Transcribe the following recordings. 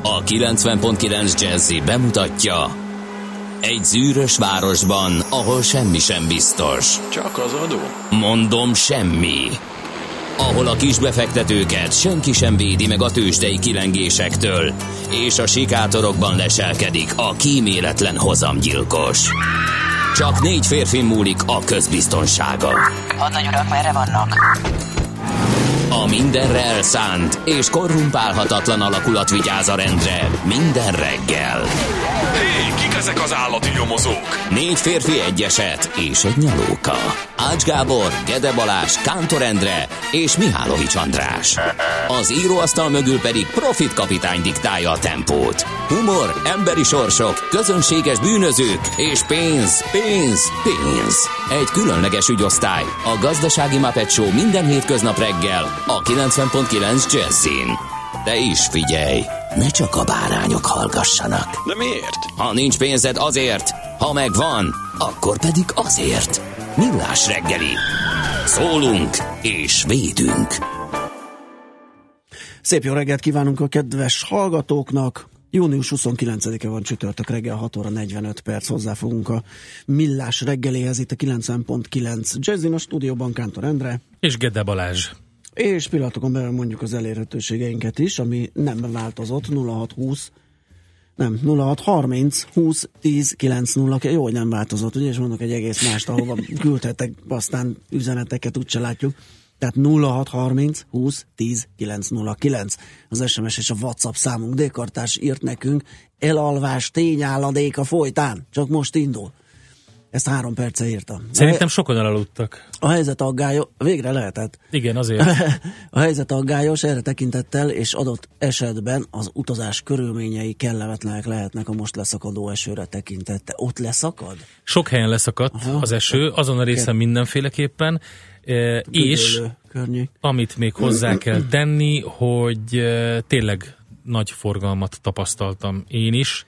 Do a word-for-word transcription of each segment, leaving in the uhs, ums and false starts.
A kilencven pont kilenc Jazzy bemutatja: egy zűrös városban, ahol semmi sem biztos. Csak az adó? Mondom, semmi. Ahol a kisbefektetőket senki sem védi meg a tőzsdei kilengésektől, és a sikátorokban leselkedik a kíméletlen hozamgyilkos. Csak négy férfi múlik a közbiztonsága. Hadnagy urak, merre vannak? A mindenre elszánt és korrumpálhatatlan alakulat vigyáz a rendre minden reggel. Hé, kik ezek az állati nyomozók? Négy férfi, egy eset és egy nyalóka. Ács Gábor, Gede Balázs, Kántor Endre és Mihálovics András. Az íróasztal mögül pedig Profit kapitány diktálja a tempót. Humor, emberi sorsok, közönséges bűnözők és pénz, pénz, pénz. Egy különleges ügyosztály, a Gazdasági Muppet Show minden hétköznap reggel a kilencven pont kilenc Jazzin. De is figyelj, ne csak a bárányok hallgassanak. De miért? Ha nincs pénzed, azért, ha megvan, akkor pedig azért. Millás reggeli. Szólunk és védünk. Szép jó reggelt kívánunk a kedves hallgatóknak. június huszonkilencedike van, csütörtök reggel, hat óra negyvenöt perc. Hozzáfogunk a Millás reggelihez itt a kilencven pont kilenc Jazzin, a stúdióban Kántor Endre és Gede Balázs. És pillanatokon belül mondjuk az elérhetőségeinket is, ami nem változott. Nulla hat húsz nem, nulla hat harminc húsz tíz kilenc nulla. Jó, hogy nem változott, ugye, és mondok egy egész mást, ahova küldhetek aztán üzeneteket, úgyse látjuk. Tehát nulla hat harminc húsz tíz kilenc nulla kilenc az es em es és a WhatsApp számunk. D-kartás írt nekünk: elalvás tényálladéka folytán, csak most indul. Ezt három perce írtam. Szerintem sokan elaludtak. A helyzet aggályos, végre lehetett. Igen, azért. A helyzet aggályos, erre tekintettel és adott esetben az utazás körülményei kellemetlenek lehetnek a most leszakadó esőre tekintette. Ott leszakad? Sok helyen leszakadt Aha. az eső, azon a részen mindenféleképpen, e, és környék. Amit még hozzá kell tenni, hogy e, tényleg nagy forgalmat tapasztaltam én is.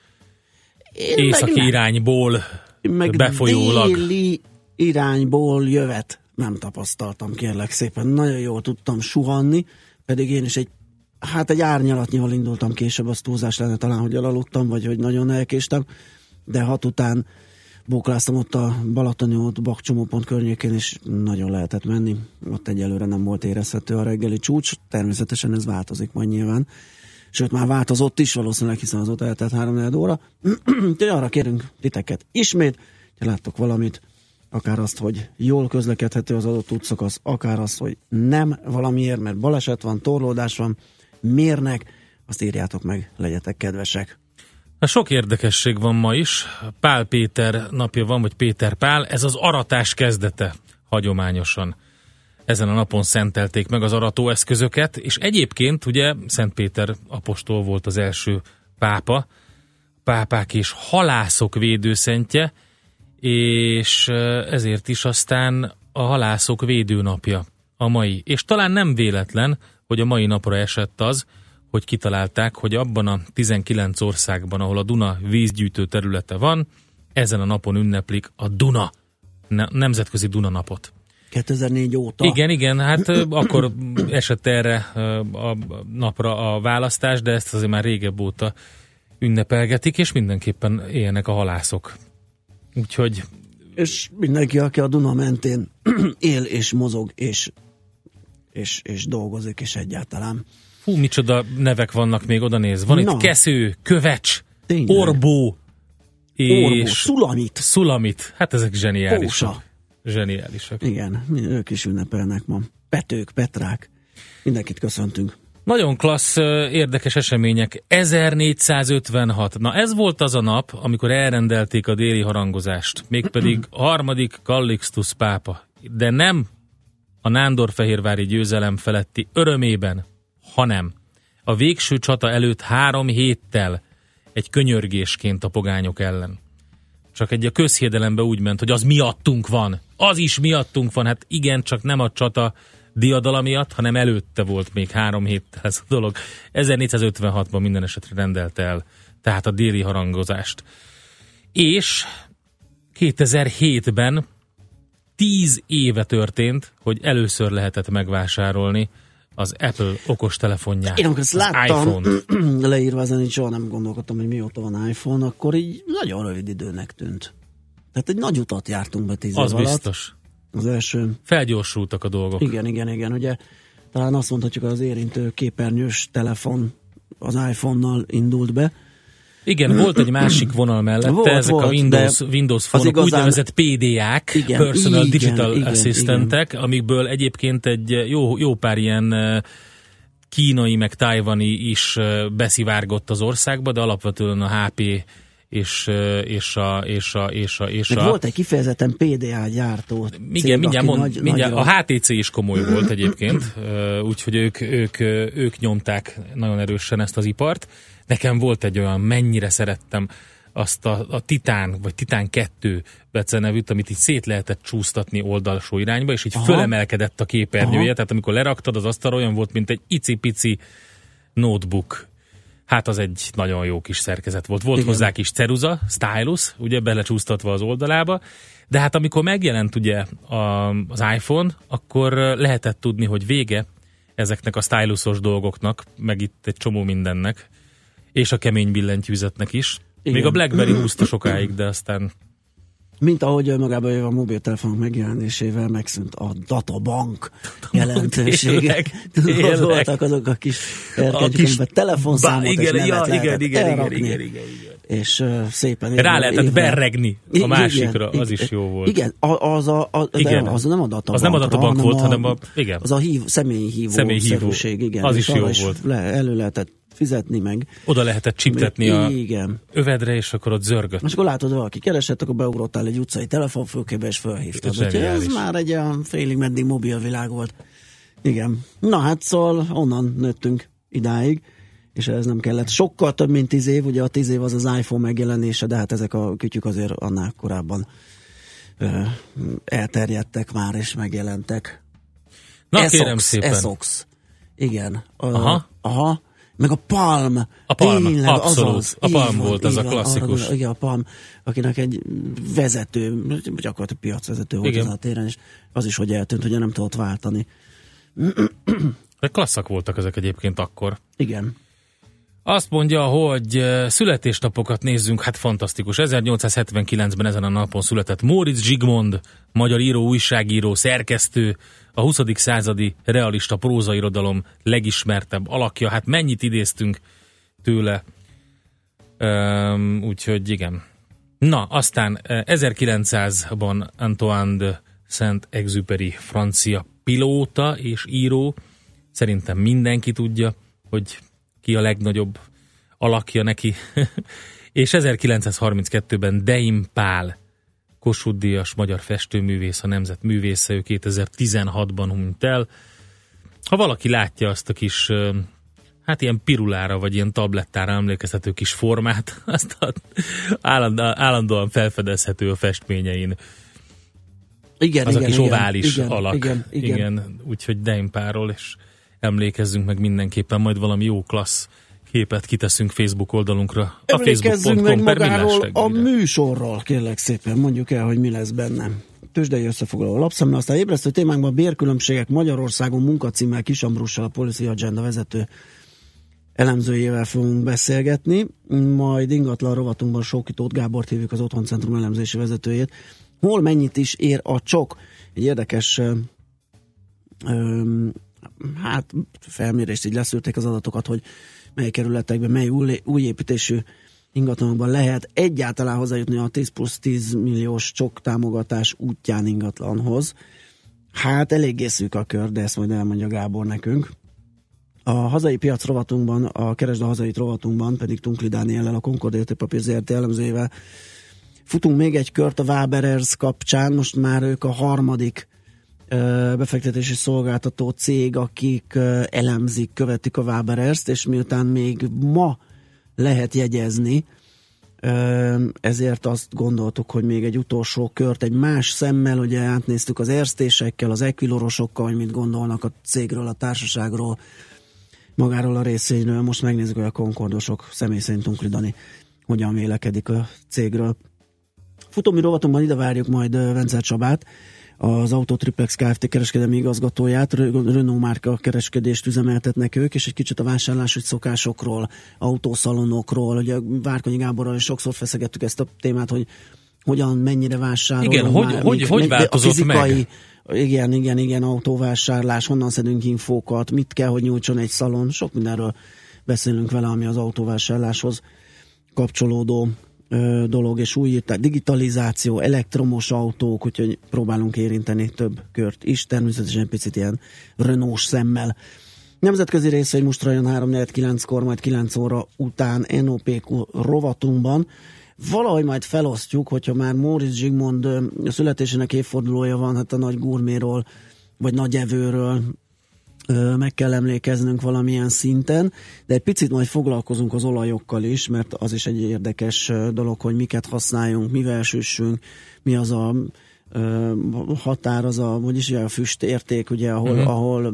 Én északi irányból meg befolyólag. Déli irányból jövet nem tapasztaltam, kérlek szépen. Nagyon jól tudtam suhanni, pedig én is egy, hát egy árnyalatnyival indultam később, az túlzás lenne talán, hogy elaludtam, vagy hogy nagyon elkéstem, de hat után bókláztam ott a Balatoni út, Bakcsomópont környékén, és nagyon lehetett menni. Ott egyelőre nem volt érezhető a reggeli csúcs, természetesen ez változik majd nyilván. Sőt, már változott is valószínűleg, hiszen az ott eltelt három óra. Úgyhogy arra kérünk titeket ismét, ha láttok valamit, akár azt, hogy jól közlekedhető az adott útszakasz, akár azt, hogy nem valamiért, mert baleset van, torlódás van, mérnek, azt írjátok meg, legyetek kedvesek. Sok érdekesség van ma is. Pál Péter napja van, vagy Péter Pál. Ez az aratás kezdete hagyományosan. Ezen a napon szentelték meg az aratóeszközöket, és egyébként ugye Szent Péter apostol volt az első pápa, pápák és halászok védőszentje, és ezért is aztán a halászok védőnapja a mai. És talán nem véletlen, hogy a mai napra esett az, hogy kitalálták, hogy abban a tizenkilenc országban, ahol a Duna vízgyűjtő területe van, ezen a napon ünneplik a Duna, nemzetközi Duna napot. kétezer-négy óta. Igen, igen, hát akkor esett erre a napra a választás, de ezt azért már régebb óta ünnepelgetik, és mindenképpen élnek a halászok. Úgyhogy... És mindenki, aki a Duna mentén él és mozog, és, és, és dolgozik, és egyáltalán. Fú, micsoda nevek vannak még, oda néz. Van Na. itt Kesző, Kövecs, Tényleg. Orbó, és... Orbó, Szulamit. Szulamit, hát ezek zseniálisak. Pósa. Zseniálisak. Igen, ők is ünnepelnek ma. Petők, Petrák, mindenkit köszöntünk. Nagyon klassz, érdekes események. ezernégyszázötvenhat. Na ez volt az a nap, amikor elrendelték a déli harangozást. Mégpedig a harmadik Kallixtusz pápa. De nem a nándorfehérvári győzelem feletti örömében, hanem a végső csata előtt három héttel egy könyörgésként a pogányok ellen. Csak egy a közhiedelembe úgy ment, hogy az miattunk van. Az is miattunk van. Hát igen, csak nem a csata diadala miatt, hanem előtte volt még három héttel ez a dolog. ezernégyszázötvenhatban minden esetre rendelte el tehát a déli harangozást. És kétezer-hétben tíz éve történt, hogy először lehetett megvásárolni az Apple okostelefonját. Én amikor ezt az láttam iPhone-t. leírva ezen, így soha nem gondolkodtam, hogy mióta van iPhone, akkor így nagyon rövid időnek tűnt. Tehát egy nagy utat jártunk be tíz Az év alatt. biztos. Az első. Felgyorsultak a dolgok. Igen, igen, igen. Ugye talán azt mondhatjuk, az érintő képernyős telefon az iPhone-nal indult be. Igen, volt egy másik vonal mellette, Volt, ezek volt, a Windows, Windows Phone-ok, igazán... úgynevezett pé dé á-k, igen, Personal igen, Digital igen, Assistantek, igen. amikből egyébként egy jó, jó pár ilyen kínai, meg tájvani is beszivárgott az országba, de alapvetően a há pé és, és a... És a, és a, és meg a volt egy kifejezetten pé dé á gyártó cég, igen, mindjárt, mond, nagy, mindjárt nagyra... a há té cé is komoly volt egyébként, úgyhogy ők, ők, ők nyomták nagyon erősen ezt az ipart. Nekem volt egy olyan, mennyire szerettem azt a, a Titán, vagy Titán kettő becenevűt, amit így szét lehetett csúsztatni oldalsó irányba, és így aha. fölemelkedett a képernyője, aha. tehát amikor leraktad, az asztalra olyan volt, mint egy icipici notebook. Hát az egy nagyon jó kis szerkezet volt. Volt igen. hozzá kis ceruza, stylus, ugye belecsúsztatva az oldalába, de hát amikor megjelent ugye a, az iPhone, akkor lehetett tudni, hogy vége ezeknek a stylusos dolgoknak, meg itt egy csomó mindennek, és a kemény billentyűzetnek is. Igen. Még a BlackBerry húzta sokáig, de aztán... Mint ahogy magában jövő a mobiltelefonok megjelenésével megszűnt a databank jelentősége. Tudod, voltak azok a kis erkegyek, amiben telefonszámot és nevet ja, lehetett igen, igen, elrakni. Igen, igen, igen. És uh, szépen... Rá évre, lehetett évre. berregni a igen, másikra, igen, az is jó volt. Igen, az, a, a, igen. az nem a databank. Az nem a databank volt, hanem a... Igen. Az a hív, személyi hívó személyhívó. Igen, az is jó volt. Le, elő lehetett fizetni meg. Oda lehetett csiptetni a igen. övedre, és akkor ott zörgött. És akkor látod, valaki keresett, akkor beugrottál egy utcai telefonfülkébe, és felhívtad. Ez már egy olyan félig meddig mobil világ volt. Igen. Na hát szóval onnan nőttünk idáig, és ez nem kellett. Sokkal több, mint tíz év, ugye a tíz év az az iPhone megjelenése, de hát ezek a kütyük azért annál korábban ö, elterjedtek már, és megjelentek. Na Essox, kérem szépen. Essox. Igen. Aha. Aha. Meg a Palm. A Palm, tényleg, abszolút. Azaz, a Palm van, volt az a van, klasszikus. Arra, igen, a Palm, akinek egy vezető, gyakorlatilag piacvezető volt az a téren, és az is, hogy eltűnt, hogy nem tudott váltani. De klasszak voltak ezek egyébként akkor. Igen. Azt mondja, hogy születésnapokat nézzünk, hát fantasztikus. ezernyolcszázhetvenkilencben ezen a napon született Móricz Zsigmond, magyar író, újságíró, szerkesztő, a huszadik századi realista prózairodalom legismertebb alakja. Hát mennyit idéztünk tőle. Üm, úgyhogy igen. Na, aztán ezerkilencszázban Antoine de Saint-Exupéry, francia pilóta és író. Szerintem mindenki tudja, hogy ki a legnagyobb alakja neki. És ezerkilencszázharminckettőben Deim Pál, Kossuth-díjas magyar festőművész, a nemzet művésze, ő kétezer-tizenhatban hunyt el. Ha valaki látja azt a kis, hát ilyen pirulára, vagy ilyen tablettára emlékeztető kis formát, azt állandóan, állandóan felfedezhető a festményein. Igen, az igen, a kis igen, ovális igen, alak. Igen, igen. igen, úgyhogy Deim Pálról, és emlékezzünk meg mindenképpen, majd valami jó klassz képet kiteszünk Facebook oldalunkra. Emlékezzünk meg magáról a műsorral, kérlek szépen, mondjuk el, hogy mi lesz benne. Tőzsdei összefoglaló lapszemle, aztán ébresztő témánkban bérkülönbségek Magyarországon munkacímmel Kis Ambrussal, a Policy Agenda vezető elemzőjével fogunk beszélgetni, majd ingatlan rovatunkban Sóki Tóth Gábort hívjuk, az Otthoncentrum elemzési vezetőjét. Hol mennyit is ér a csok? Egy érdekes ö, ö, hát felmérést, így leszűrték az adatokat, hogy mely kerületekben, mely új, új építésű ingatlanokban lehet egyáltalán hozzájutni a tíz plusz tíz milliós csok támogatás útján ingatlanhoz. Hát eléggé szűk a kör, de ezt majd elmondja Gábor nekünk. A hazai piac rovatunkban, a Keresd a hazait rovatunkban pedig Tunkli Dániellel, a Concord Értékpapír zé er té elemzőjével futunk még egy kört a Waberers kapcsán, most már ők a harmadik befektetési szolgáltató cég, akik elemzik, követik a Wabererst, és miután még ma lehet jegyezni, ezért azt gondoltuk, hogy még egy utolsó kört egy más szemmel, ugye átnéztük az erztésekkel, az equilorosokkal, hogy mit gondolnak a cégről, a társaságról, magáról a részvényről. Most megnézzük, hogy a Concordosok, személy szerint Tunkli Dani hogyan vélekedik a cégről. Futómi rovatunkban ide várjuk majd Vencel Csabát, az Autotriplex Kft. Kereskedelmi igazgatóját, Renault márka kereskedést üzemeltetnek ők, és egy kicsit a vásárlási szokásokról, autószalonokról, ugye Várkonyi Gáborral is sokszor feszegettük ezt a témát, hogy hogyan, mennyire vásárolunk. Igen, hogy, már, hogy, mik, hogy változott fizikai, meg? Igen, igen, igen, autóvásárlás, honnan szedünk infókat, mit kell, hogy nyújtson egy szalon, sok mindenről beszélünk vele, ami az autóvásárláshoz kapcsolódó ö, dolog, és új, tehát digitalizáció, elektromos autók, úgyhogy próbálunk érinteni több kört is, természetesen egy picit ilyen Renault-s szemmel. Nemzetközi részvény mostra jön három negyven kilenckor, majd kilenc óra után en o pé kú rovatunkban. Valahogy majd felosztjuk, hogyha már Móricz Zsigmond a születésének évfordulója van, hát a nagy gurméról, vagy nagy evőről meg kell emlékeznünk valamilyen szinten, de egy picit majd foglalkozunk az olajokkal is, mert az is egy érdekes dolog, hogy miket használjunk, mivel süssünk, mi az a határ, az a, vagyis a füstérték, ugye, ahol, uh-huh. ahol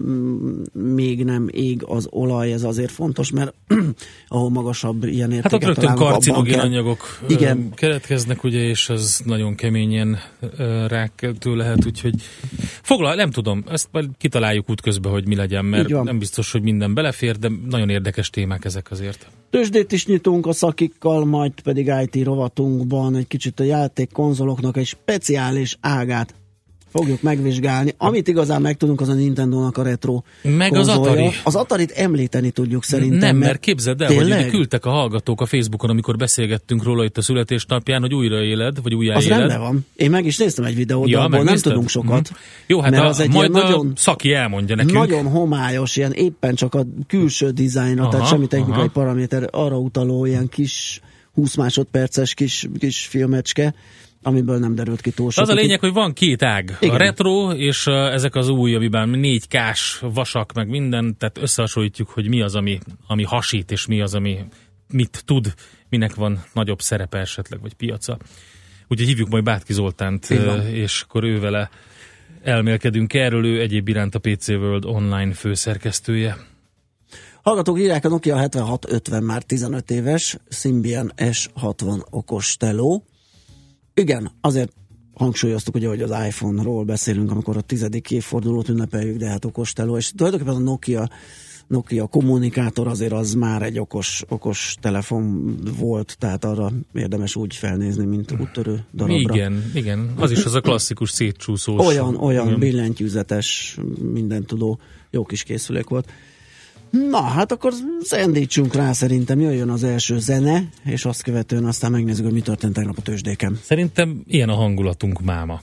még nem ég az olaj, ez azért fontos, mert ahol magasabb ilyen értéket hát ott rögtön karcinogén anyagok igen. keletkeznek, ugye, és az nagyon keményen rákkeltő lehet, úgyhogy foglal, nem tudom, ezt majd kitaláljuk útközben, hogy mi legyen, mert nem biztos, hogy minden belefér, de nagyon érdekes témák ezek azért. Tőzsdét is nyitunk a szakikkal, majd pedig i té rovatunkban egy kicsit a játékkonzoloknak egy speciális ágát fogjuk megvizsgálni. Amit igazán megtudunk, az a Nintendónak a retro meg konzolja. Az Atari. Az Atarit említeni tudjuk szerintem. Nem, mert képzeld el, tényleg? hogy küldtek a hallgatók a Facebookon, amikor beszélgettünk róla itt a születésnapján, hogy újraéled, vagy újjáéled. Az rendben van. Én meg is néztem egy videót, ja, abból nem tudunk sokat. Mm. Jó, hát a, az egy majd nagyon, a szaki elmondja nekünk. Nagyon homályos, ilyen éppen csak a külső dizájnra, aha, tehát semmi technikai aha. paraméter, arra utaló ilyen kis húsz másodperces kis, kis filmecske, amiből nem derült ki túl sokat. Az a lényeg, hogy van két ág. Igen. A retro és uh, ezek az új, amiben négy kás vasak, meg minden, tehát összehasonlítjuk, hogy mi az, ami, ami hasít, és mi az, ami mit tud, minek van nagyobb szerepe esetleg, vagy piaca. Úgyhogy hívjuk majd Bátki Zoltánt, uh, és akkor ő vele elmélkedünk erről, ő egyéb iránt a pé cé World online főszerkesztője. Hallgatók írják, a Nokia hetvenhat ötven már tizenöt éves, Symbian es hatvan okos teló. Igen, azért hangsúlyoztuk, ugye, hogy az iPhone-ról beszélünk, amikor a tizedik évfordulót ünnepeljük, de hát okos teló, és tulajdonképpen a Nokia, Nokia kommunikátor azért az már egy okos, okos telefon volt, tehát arra érdemes úgy felnézni, mint úttörő darabra. Igen, igen, az is az a klasszikus szétcsúszós. Olyan, olyan billentyűzetes, mindentudó, jó kis készülék volt. Na, hát akkor szendítsünk rá, szerintem jöjjön az első zene, és azt követően aztán megnézzük, hogy mi történt tegnap a tőzsdéken. Szerintem ilyen a hangulatunk máma.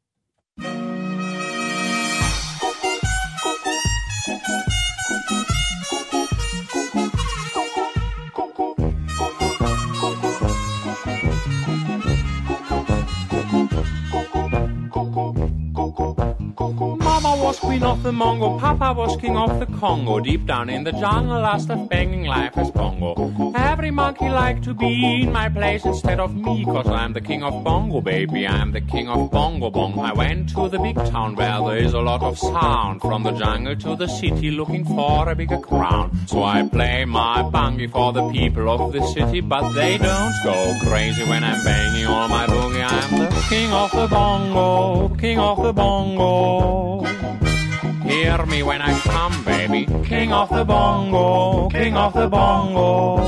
Was queen of the Mongo, Papa was king of the Congo. Deep down in the jungle, I started banging life as bongo. Every monkey liked to be in my place instead of me, cause I'm the king of bongo, baby, I'm the king of bongo bong. I went to the big town where there is a lot of sound, from the jungle to the city looking for a bigger crown. So I play my bongi for the people of the city, but they don't go crazy when I'm banging on my boogie. I'm the king of the bongo, king of the bongo. Hear me when I come, baby. King of the bongo, king of the bongo.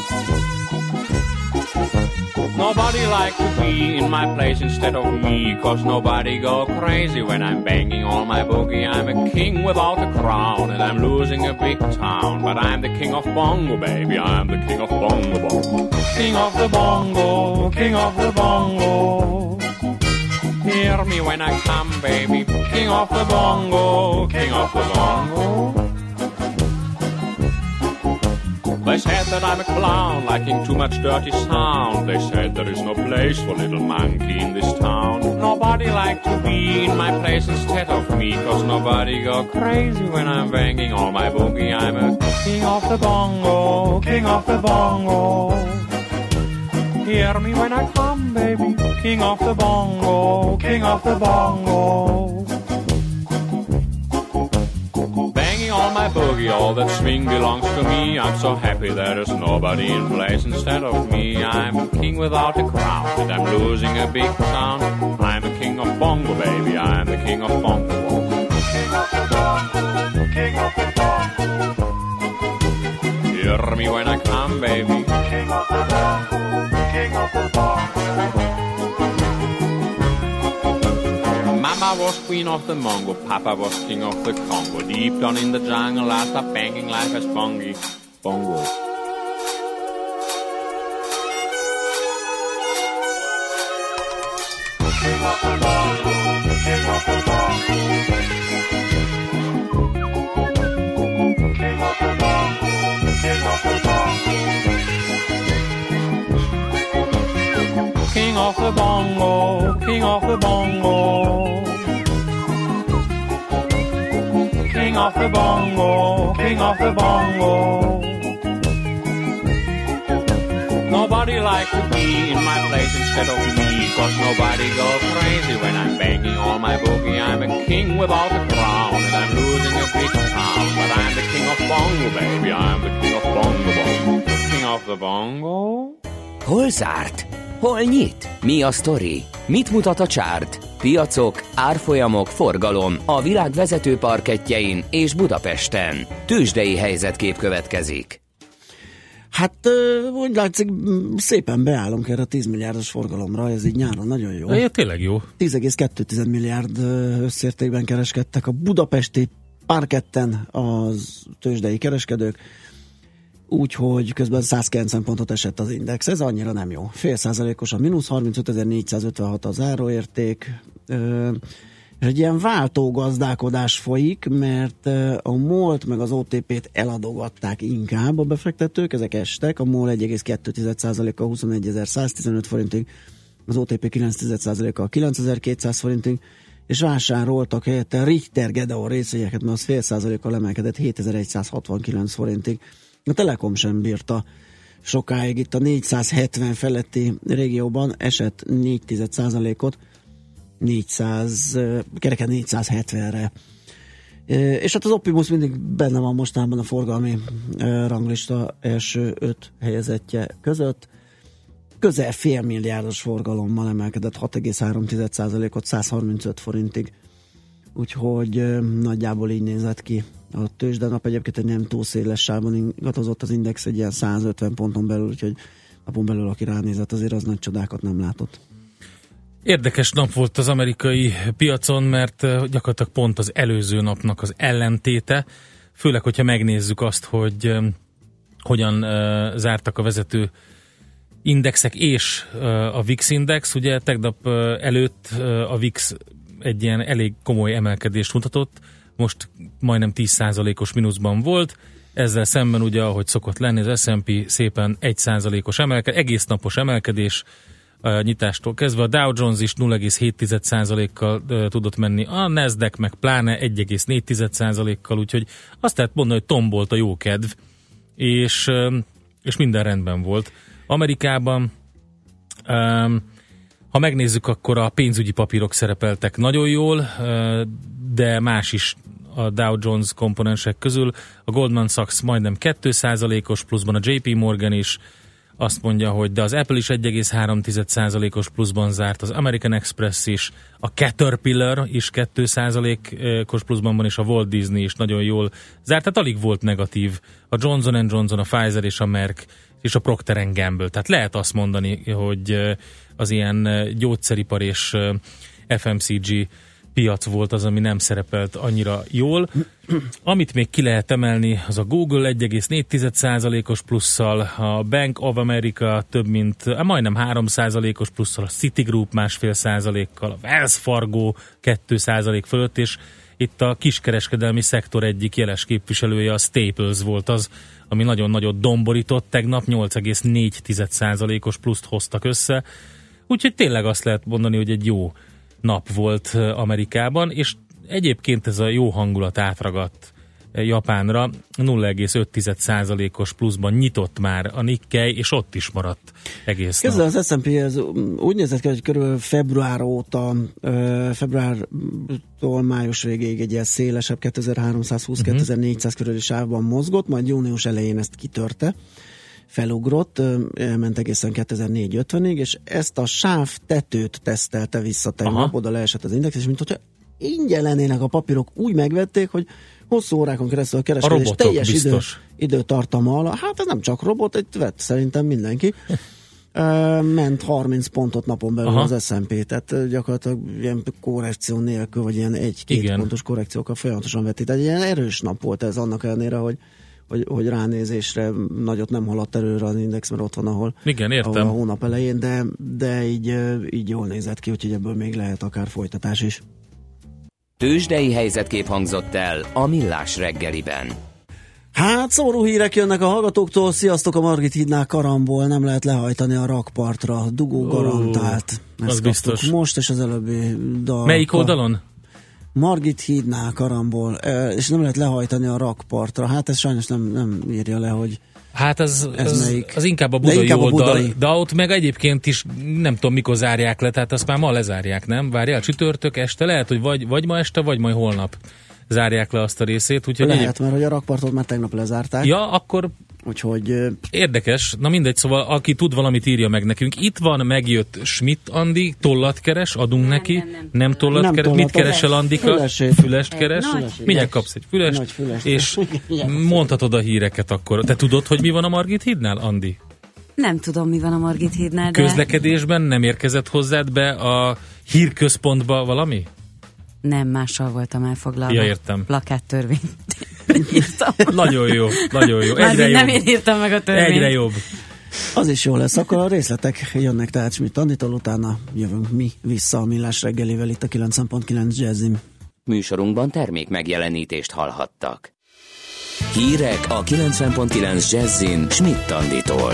Nobody like to be in my place instead of me, cause nobody go crazy when I'm banging on my boogie. I'm a king without a crown, and I'm losing a big town, but I'm the king of bongo, baby. I'm the king of bongo bongo. King of the bongo, king of the bongo. Hear me when I come, baby. King of the bongo, king of the bongo. They said that I'm a clown, liking too much dirty sound. They said there is no place for little monkey in this town. Nobody like to be in my place instead of me, cause nobody go crazy when I'm banging on my boogie. I'm a king of the bongo, king of the bongo. Hear me when I come, baby. King of the bongo, king of the bongo. Banging on my my boogie, all that swing belongs to me. I'm so happy there's nobody in place instead of me. I'm a king without a crown, and I'm losing a big sound. I'm the king of bongo, baby, I'm the king of bongo. King of the bongo, king of the bongo. Hear me when I come, baby. King of the bongo, king of the bongo. Mama was queen of the Mongo, Papa was king of the Congo. Deep down in the jungle, I start banging life as bongi, bongo. King of the bongo, king of the bongo. King of the bongo, king of the bongo. King of the bongo, king of the bongo. King of the bongo, king of the bongo. Nobody like to be in my place instead of me, 'cause nobody go crazy when I'm banging all my boogie. I'm a king without a crown, and I'm losing a big town. But I'm the king of bongo, baby, I'm the king of bongo, bongo. King of the bongo. Hol zárt? Hol nyit? Mi a sztori? Mit mutat a csárt? Piacok, árfolyamok, forgalom a világ vezető parkettjein és Budapesten. Tőzsdei helyzetkép következik. Hát úgy látszik, szépen beállunk erre a tíz milliárdos forgalomra, ez így nyáron nagyon jó. Ja, tényleg jó. tíz egész kettő milliárd összértékben kereskedtek a budapesti parketten az tőzsdei kereskedők, úgyhogy közben száz kilencven pontot esett az index. Ez annyira nem jó. Fél százalékos a mínusz, harmincötezer-négyszázötvenhat a záróérték. Egy ilyen váltógazdálkodás folyik, mert a MOL-t meg az o té pét eladogatták inkább a befektetők, ezek estek. A MOL egy egész kettő százaléka huszonegyezer-száztizenöt forintig, az o té pé kilenc százaléka kilencezer-kétszáz forintig, és vásároltak helyette Richter Gedeon részvényeket, mert az fél százalékkal emelkedett hétezer-száz hatvankilenc forintig. A Telekom sem bírta sokáig, itt a négyszázhetven feletti régióban esett négy százalékot, négyszáz, kereken négyszázhetvenre. És hát az Optimus mindig benne van mostában a forgalmi ranglista első öt helyezettje között. Közel fél milliárdos forgalommal emelkedett hat egész három százalékot százharmincöt forintig. Úgyhogy nagyjából így nézett ki a tőzsdenap. Egyébként egy nem túl széles sávon ingatozott az index, egy ilyen százötven ponton belül, úgyhogy napon belül, aki ránézett, azért az nagy csodákat nem látott. Érdekes nap volt az amerikai piacon, mert gyakorlatilag pont az előző napnak az ellentéte, főleg, hogyha megnézzük azt, hogy hogyan zártak a vezető indexek és a vé i iksz index. Ugye tegnap előtt a vé i iksz egy ilyen elég komoly emelkedést mutatott, most majdnem tíz százalékos mínuszban volt, ezzel szemben ugye, ahogy szokott lenni, az es and pé szépen egy százalékos emelkedés, egész napos emelkedés a nyitástól kezdve, a Dow Jones is nulla egész hét százalékkal uh, tudott menni, a Nasdaq meg pláne egy egész négy százalékkal, úgyhogy azt lehet mondani, hogy tombolt a jó kedv, és, uh, és minden rendben volt. Amerikában um, ha megnézzük, akkor a pénzügyi papírok szerepeltek nagyon jól, uh, de más is a Dow Jones komponensek közül. A Goldman Sachs majdnem két százalékos pluszban, a jé pé Morgan is azt mondja, hogy de az Apple is egy egész három százalékos pluszban zárt, az American Express is, a Caterpillar is két százalékos pluszban van, és a Walt Disney is nagyon jól zárt, tehát alig volt negatív. A Johnson and Johnson, a Pfizer és a Merck és a Procter and Gamble. Tehát lehet azt mondani, hogy az ilyen gyógyszeripar és ef em cé gé piac volt az, ami nem szerepelt annyira jól. Amit még ki lehet emelni, az a Google egy egész négy százalékos plusszal, a Bank of America több mint, majdnem három százalékos plusszal, a Citigroup másfél százalékkal, a Wells Fargo két százalék fölött, és itt a kiskereskedelmi szektor egyik jeles képviselője, a Staples volt az, ami nagyon nagyot domborított, tegnap nyolc egész négy százalékos pluszt hoztak össze, úgyhogy tényleg azt lehet mondani, hogy egy jó nap volt Amerikában, és egyébként ez a jó hangulat átragadt Japánra. nulla egész öt százalékos pluszban nyitott már a Nikkei, és ott is maradt egész nap. Ezzel az es and pé ez úgy nézett ki, hogy körülbelül február óta, februártól május végéig egy ilyen szélesebb kétezer-háromszázhúsz uh-huh. kétezer-négyszáz körüli sávban mozgott, majd június elején ezt kitörte, felugrott, elment egészen kétezer-négy-ötvenig, és ezt a sáv tetőt tesztelte vissza tegnap, oda leesett az index, és mint hogyha ingyen lennének a papírok, úgy megvették, hogy hosszú órákon keresztül a kereskedés teljes idő, időtartama alatt, hát ez nem csak robot, egy vett szerintem mindenki, ment harminc pontot napon belül Aha. az es and pé, tehát gyakorlatilag ilyen korrekció nélkül, vagy ilyen egy-két Igen. pontos korrekciókkal folyamatosan vett. Tehát egy ilyen erős nap volt ez, annak ellenére, hogy Hogy, hogy ránézésre nagyot nem haladt előre az index, mert ott van, ahol, Igen, értem. ahol a hónap elején, de, de így, így jól nézett ki, úgyhogy ebből még lehet akár folytatás is. Tőzsdei helyzetkép hangzott el a Millás reggeliben. Hát szóró hírek jönnek a hallgatóktól. Sziasztok, a Margit hídnál Karamból nem lehet lehajtani a rakpartra. Dugó garantált. Ezt az biztos. Most és az előbbi dal. Melyik oldalon? Margit hídnál Karamból, és nem lehet lehajtani a rakpartra. Hát ez sajnos nem, nem írja le, hogy Hát az, ez az, melyik. az inkább a budai inkább oldal, a budai. de ott meg egyébként is nem tudom mikor zárják le, tehát azt már ma lezárják, nem? Várjál, csütörtök este lehet, hogy vagy, vagy ma este, vagy majd holnap zárják le azt a részét. Úgyhogy lehet, egyéb... mert hogy a rakpartot már tegnap lezárták. Ja, akkor úgyhogy érdekes, na mindegy, szóval aki tud valamit, írja meg nekünk. Itt van, megjött Schmidt Andi, tollat keres, adunk nem, neki. Nem, nem, nem tollat nem keres. Tollat, mit keresel, Andika? Fülesét. Fülest keres. Mindjárt kapsz egy fülest, fülest. És mondhatod a híreket akkor. Te tudod, hogy mi van a Margit hídnál, Andi? Nem tudom, mi van a Margit hídnál, de... Közlekedésben nem érkezett hozzád be a hírközpontba valami? Nem, mással voltam elfoglalva. Ja, értem. Plakáttörvényt írtam. Nagyon jó, nagyon jó. Egyre jobb. Nem én írtam meg a törvényt. Egyre jobb. Az is jó lesz, akkor a részletek jönnek tehát Schmidt Anditól, utána jövünk mi vissza a Millás reggelivel itt a kilencven pont kilenc Jazzin. Műsorunkban termék megjelenítést hallhattak. Hírek a kilencven pont kilenc Jazzin Schmidt Anditól.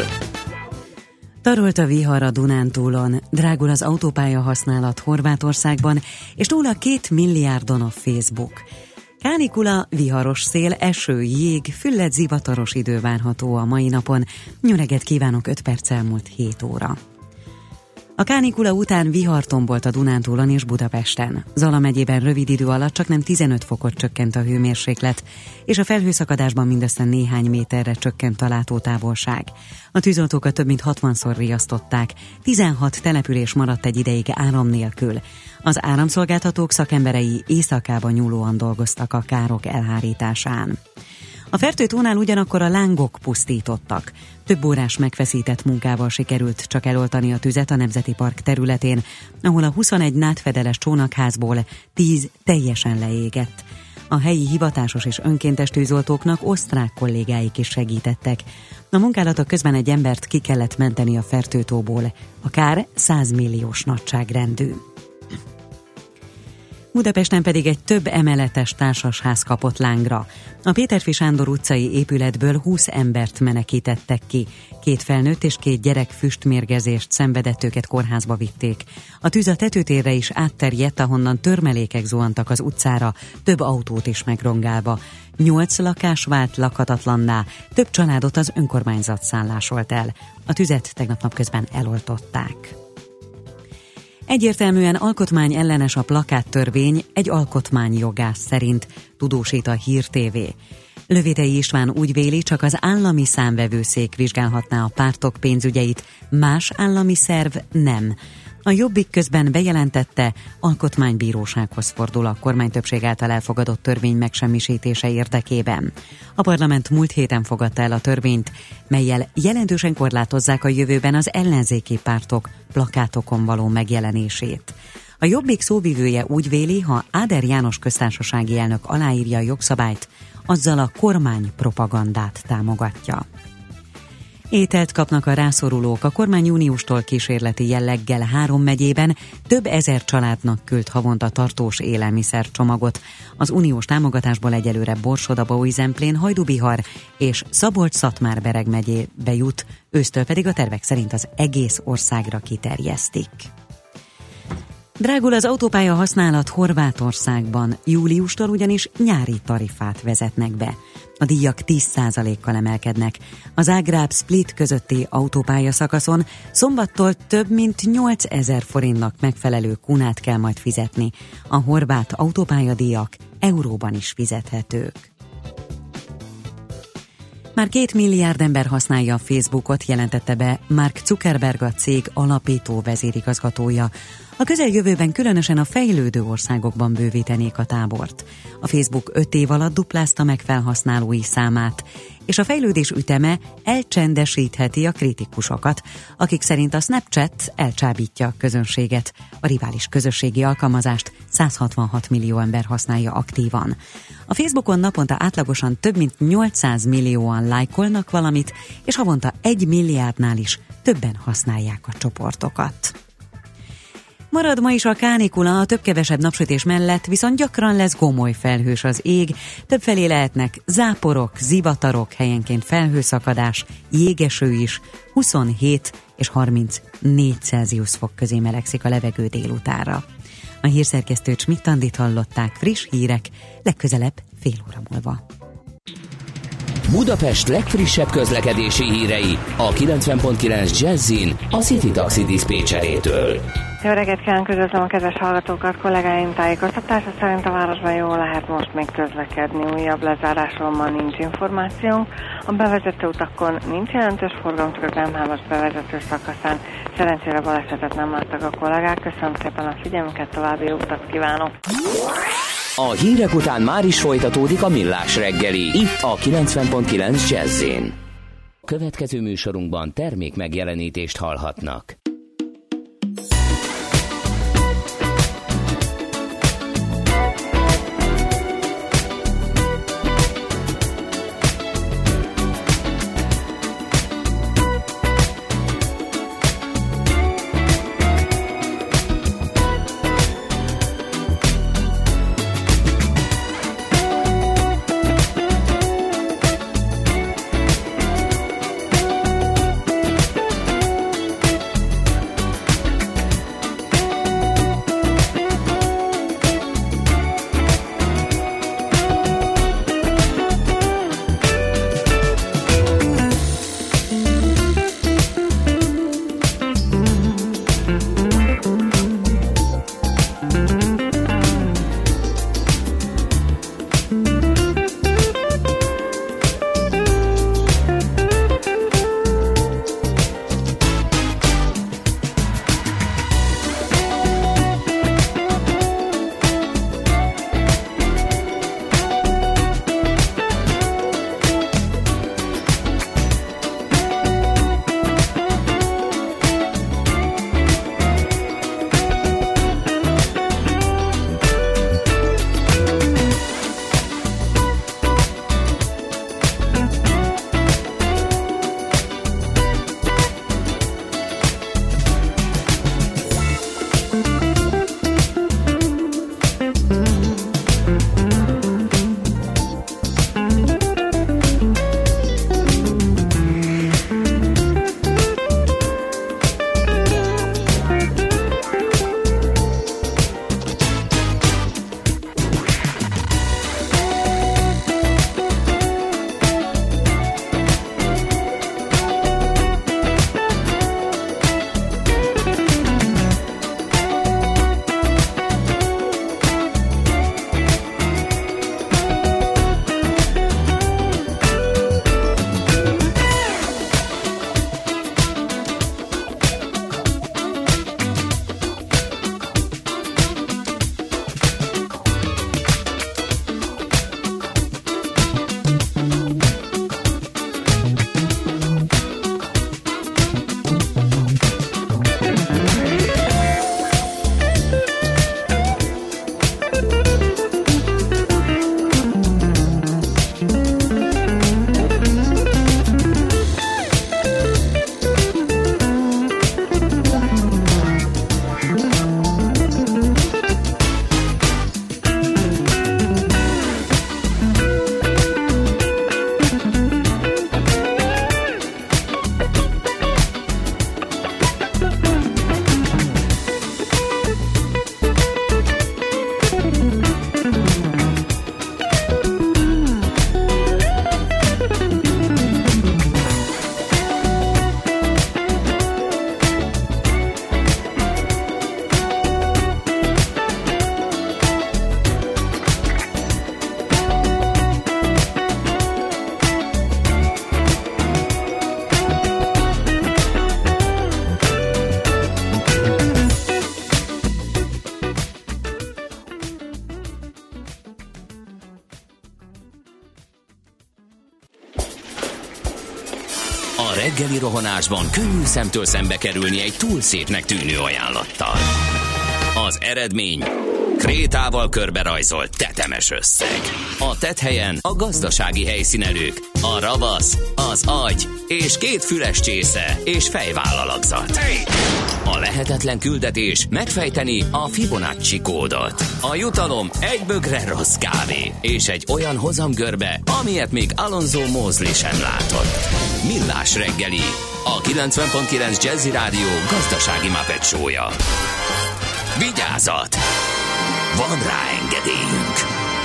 Tarolt a vihar a Dunántúlon, drágul az autópálya használat Horvátországban, és túl a két milliárdon a Facebook. Kánikula, viharos szél, eső, jég, fülledt zivataros idő várható a mai napon. Jó reggelt kívánok, öt perc elmúlt hét óra. A kánikula után vihar tombolt a Dunántúlon és Budapesten. Zala megyében rövid idő alatt csaknem tizenöt fokot csökkent a hőmérséklet, és a felhőszakadásban mindössze néhány méterre csökkent a látótávolság. A tűzoltókat több mint hatvanszor riasztották, tizenhat település maradt egy ideig áram nélkül. Az áramszolgáltatók szakemberei éjszakában nyúlóan dolgoztak a károk elhárításán. A Fertőtónál ugyanakkor a lángok pusztítottak. Több órás megfeszített munkával sikerült csak eloltani a tüzet a Nemzeti Park területén, ahol a huszonegy nádfedeles csónakházból tíz teljesen leégett. A helyi hivatásos és önkéntes tűzoltóknak osztrák kollégáik is segítettek. A munkálatok közben egy embert ki kellett menteni a Fertőtóból. A kár száz milliós nagyságrendű. Budapesten pedig egy több emeletes társasház kapott lángra. A Péterfi Sándor utcai épületből húsz embert menekítettek ki. Két felnőtt és két gyerek füstmérgezést szenvedett, őket kórházba vitték. A tűz a tetőtérre is átterjedt, ahonnan törmelékek zuhantak az utcára, több autót is megrongálva. Nyolc lakás vált lakhatatlanná, több családot az önkormányzat szállásolt el. A tüzet tegnap napközben eloltották. Egyértelműen alkotmányellenes a plakáttörvény egy alkotmányjogász szerint, tudósít a Hír té vé. Lövédei István úgy véli, csak az állami számvevőszék vizsgálhatná a pártok pénzügyeit, más állami szerv nem. A Jobbik közben bejelentette, alkotmánybírósághoz fordul a kormánytöbbség által elfogadott törvény megsemmisítése érdekében. A parlament múlt héten fogadta el a törvényt, mellyel jelentősen korlátozzák a jövőben az ellenzéki pártok plakátokon való megjelenését. A Jobbik szóvivője úgy véli, ha Áder János köztársasági elnök aláírja a jogszabályt, azzal a kormány propagandát támogatja. Ételt kapnak a rászorulók. A kormány júniustól kísérleti jelleggel három megyében több ezer családnak küld havonta tartós élelmiszercsomagot. Az uniós támogatásból egyelőre Borsod-Abaúj-Zemplén, Hajdú-Bihar és Szabolcs-Szatmár-Bereg megyébe jut, ősztől pedig a tervek szerint az egész országra kiterjesztik. Drágul az autópálya használat Horvátországban, júliustól ugyanis nyári tarifát vezetnek be. A díjak tíz százalékkal emelkednek. Az Zágráb-Split közötti autópálya szakaszon szombattól több mint nyolcezer forintnak megfelelő kunát kell majd fizetni. A horvát autópályadíjak euróban is fizethetők. Már két milliárd ember használja a Facebookot, jelentette be Mark Zuckerberg, a cég alapító vezérigazgatója. A közeljövőben különösen a fejlődő országokban bővítenék a tábort. A Facebook öt év alatt duplázta meg felhasználói számát, és a fejlődés üteme elcsendesítheti a kritikusokat, akik szerint a Snapchat elcsábítja a közönséget. A rivális közösségi alkalmazást száz hatvanhat millió ember használja aktívan. A Facebookon naponta átlagosan több mint nyolcszáz millióan lájkolnak valamit, és havonta egy milliárdnál is többen használják a csoportokat. Marad ma is a kánikula, a több-kevesebb napsütés mellett, viszont gyakran lesz gomoly felhős az ég, többfelé lehetnek záporok, zivatarok, helyenként felhőszakadás, jégeső is, huszonhét és harmincnégy Celsius fok közé melegszik a levegő délutára. A hírszerkesztő Schmidt-Andit hallották, friss hírek, legközelebb fél óra múlva. Budapest legfrissebb közlekedési hírei a kilencven pont kilenc Jazzin a City Taxi diszpécserétől. Jó reggelt kívánok, üdvözlöm a kedves hallgatókat, kollégáim tájékoztatása szerint a városban jól lehet most még közlekedni, újabb lezárásról ma nincs információnk. A bevezető utakon nincs jelentős forgalom, csak a Graham-házas bevezető szakaszán szerencsére balesetet nem láttak a kollégák. Köszönöm szépen a figyelmüket, további jó utat kívánok! A hírek után már is folytatódik a Millás reggeli, itt a kilencven pont kilenc Jazzin. Következő műsorunkban termék megjelenítést hallhatnak. A reggeli rohanásban könnyű szemtől szembe kerülni egy túl szépnek tűnő ajánlattal. Az eredmény... krétával körberajzolt tetemes összeg. A tetthelyen a gazdasági helyszínelők, a ravasz, az agy és két füles csésze és fejvállalakzat. A lehetetlen küldetés megfejteni a Fibonacci kódot. A jutalom egy bögre rossz kávé és egy olyan hozamgörbe, amilyet még Alonso Mosley sem látott. Millás reggeli, a kilencven pont kilenc Jazzy Rádió gazdasági Muppet show-ja. Vigyázat! Van rá engedélyünk!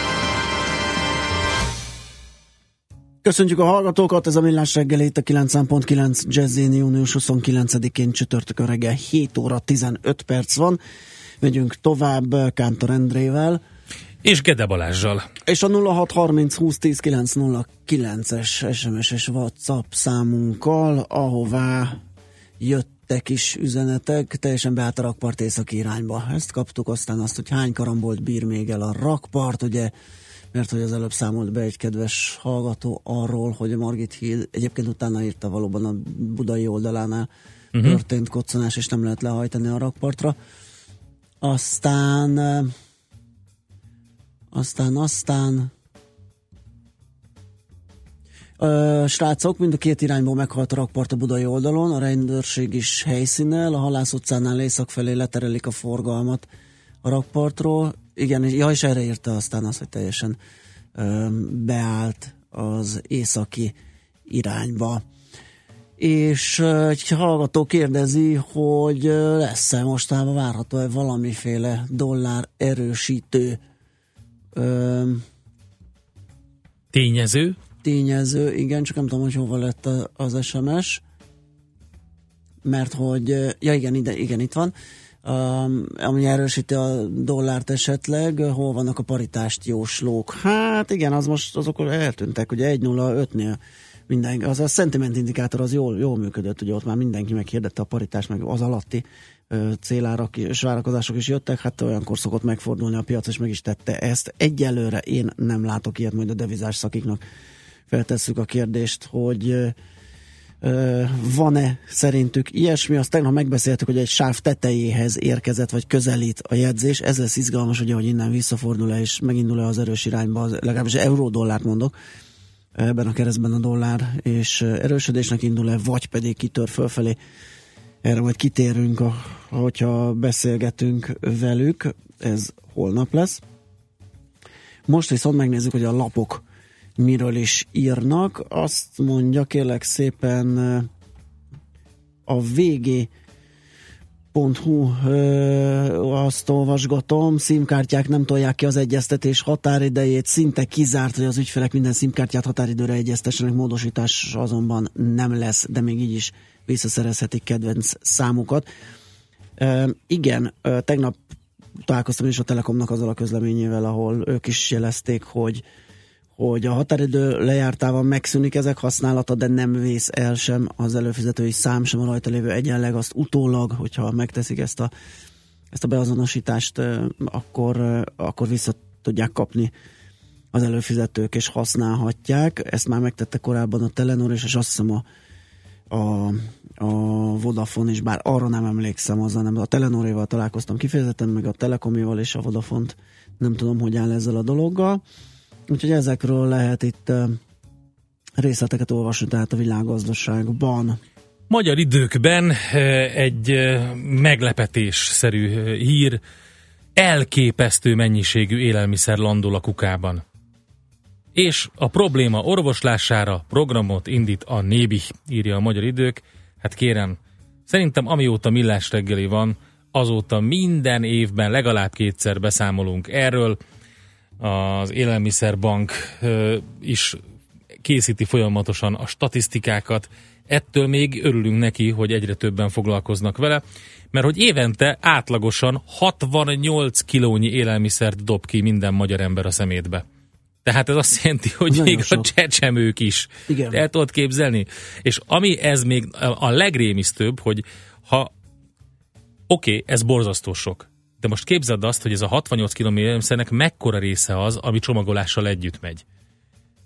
Köszöntjük a hallgatókat, ez a Millás reggeli itt a kilencven pont kilenc Jazzin, június huszonkilencedikén csütörtökön reggel hét óra tizenöt perc van. Megyünk tovább Kántor Endrével. És Gede Balázsral. És a nulla hat harminc húsz tíz kilenc nulla kilences es em es és WhatsApp számunkkal, ahová jöttek is üzenetek, teljesen beállt a rakpart északi irányba. Ezt kaptuk, aztán azt, hogy hány karambolt bír még el a rakpart, ugye, mert hogy az előbb számolt be egy kedves hallgató arról, hogy a Margit híd, egyébként utána írta, valóban a budai oldalánál uh-huh. történt koccanás, és nem lehet lehajtani a rakpartra. Aztán aztán, aztán Ö, srácok, mind a két irányból meghalt a rakpart a budai oldalon, a rendőrség is helyszínel, a Halász utcánál észak felé leterelik a forgalmat a rakpartról. Igen, ja, és erre írta aztán az, hogy teljesen ö, beállt az északi irányba. És ö, egy hallgató kérdezi, hogy ö, lesz-e mostában várható-e valamiféle dollár erősítő ö, tényező? Tényező, igen, csak nem tudom, hogy hova lett az es em es, mert hogy, ja igen, ide, igen, itt van, um, ami erősíti a dollárt esetleg, hol vannak a paritást jóslók. Hát igen, az most azok eltűntek, ugye egy nulla ötnél minden, az a sentiment indikátor az jól, jól működött, ugye ott már mindenki meghirdette a paritást, meg az alatti ö, célárak és várakozások is jöttek, hát olyankor szokott megfordulni a piac, és meg is tette ezt. Egyelőre én nem látok ilyet, majd a devizás szakiknak feltesszük a kérdést, hogy ö, ö, van-e szerintük ilyesmi. Azt tegnap megbeszéltük, hogy egy sáv tetejéhez érkezett, vagy közelít a jegyzés. Ez lesz izgalmas, ugye, hogy innen visszafordul-e, és megindul-e az erős irányba, az, legalábbis euró-dollárt mondok, ebben a keresztben a dollár, és erősödésnek indul-e, vagy pedig kitör fölfelé. Erre majd kitérünk, a, hogyha beszélgetünk velük. Ez holnap lesz. Most viszont megnézzük, hogy a lapok miről is írnak. Azt mondja, kérlek szépen, a vé gé pont hú azt olvasgatom, szimkártyák nem tolják ki az egyeztetés határidejét, szinte kizárt, hogy az ügyfelek minden szimkártyát határidőre egyeztessenek, módosítás azonban nem lesz, de még így is visszaszerezhetik kedvenc számukat. E, igen, tegnap találkoztam is a Telekomnak azzal a közleményével, ahol ők is jelezték, hogy hogy a határidő lejártával megszűnik ezek használata, de nem vész el sem az előfizetői szám, sem a rajta lévő egyenleg, azt utólag, hogyha megteszik ezt a, ezt a beazonosítást, akkor, akkor vissza tudják kapni az előfizetők, és használhatják. Ezt már megtette korábban a Telenor, és, és azt hiszem a, a, a Vodafone is, bár arra nem emlékszem, azzal nem, a Telenoréval találkoztam kifejezetten, meg a Telekomival és a Vodafont nem tudom, hogy áll ezzel a dologgal. Úgyhogy ezekről lehet itt uh, részleteket olvasni, tehát a világgazdaságban. Magyar időkben egy meglepetésszerű hír, elképesztő mennyiségű élelmiszer landol a kukában. És a probléma orvoslására programot indít a Nébi, írja a Magyar Idők. Hát kérem, szerintem amióta Millás reggeli van, azóta minden évben legalább kétszer beszámolunk erről. Az Élelmiszerbank is készíti folyamatosan a statisztikákat. Ettől még örülünk neki, hogy egyre többen foglalkoznak vele, mert hogy évente átlagosan hatvannyolc kilónyi élelmiszert dob ki minden magyar ember a szemétbe. Tehát ez azt jelenti, hogy nagyon még sok. A csecsemők is. Igen. El tudod képzelni? És ami ez még a legrémisztőbb, hogy ha oké, okay, ez borzasztó sok, de most képzeld azt, hogy ez a hatvannyolc kiló élelmiszernek mekkora része az, ami csomagolással együtt megy.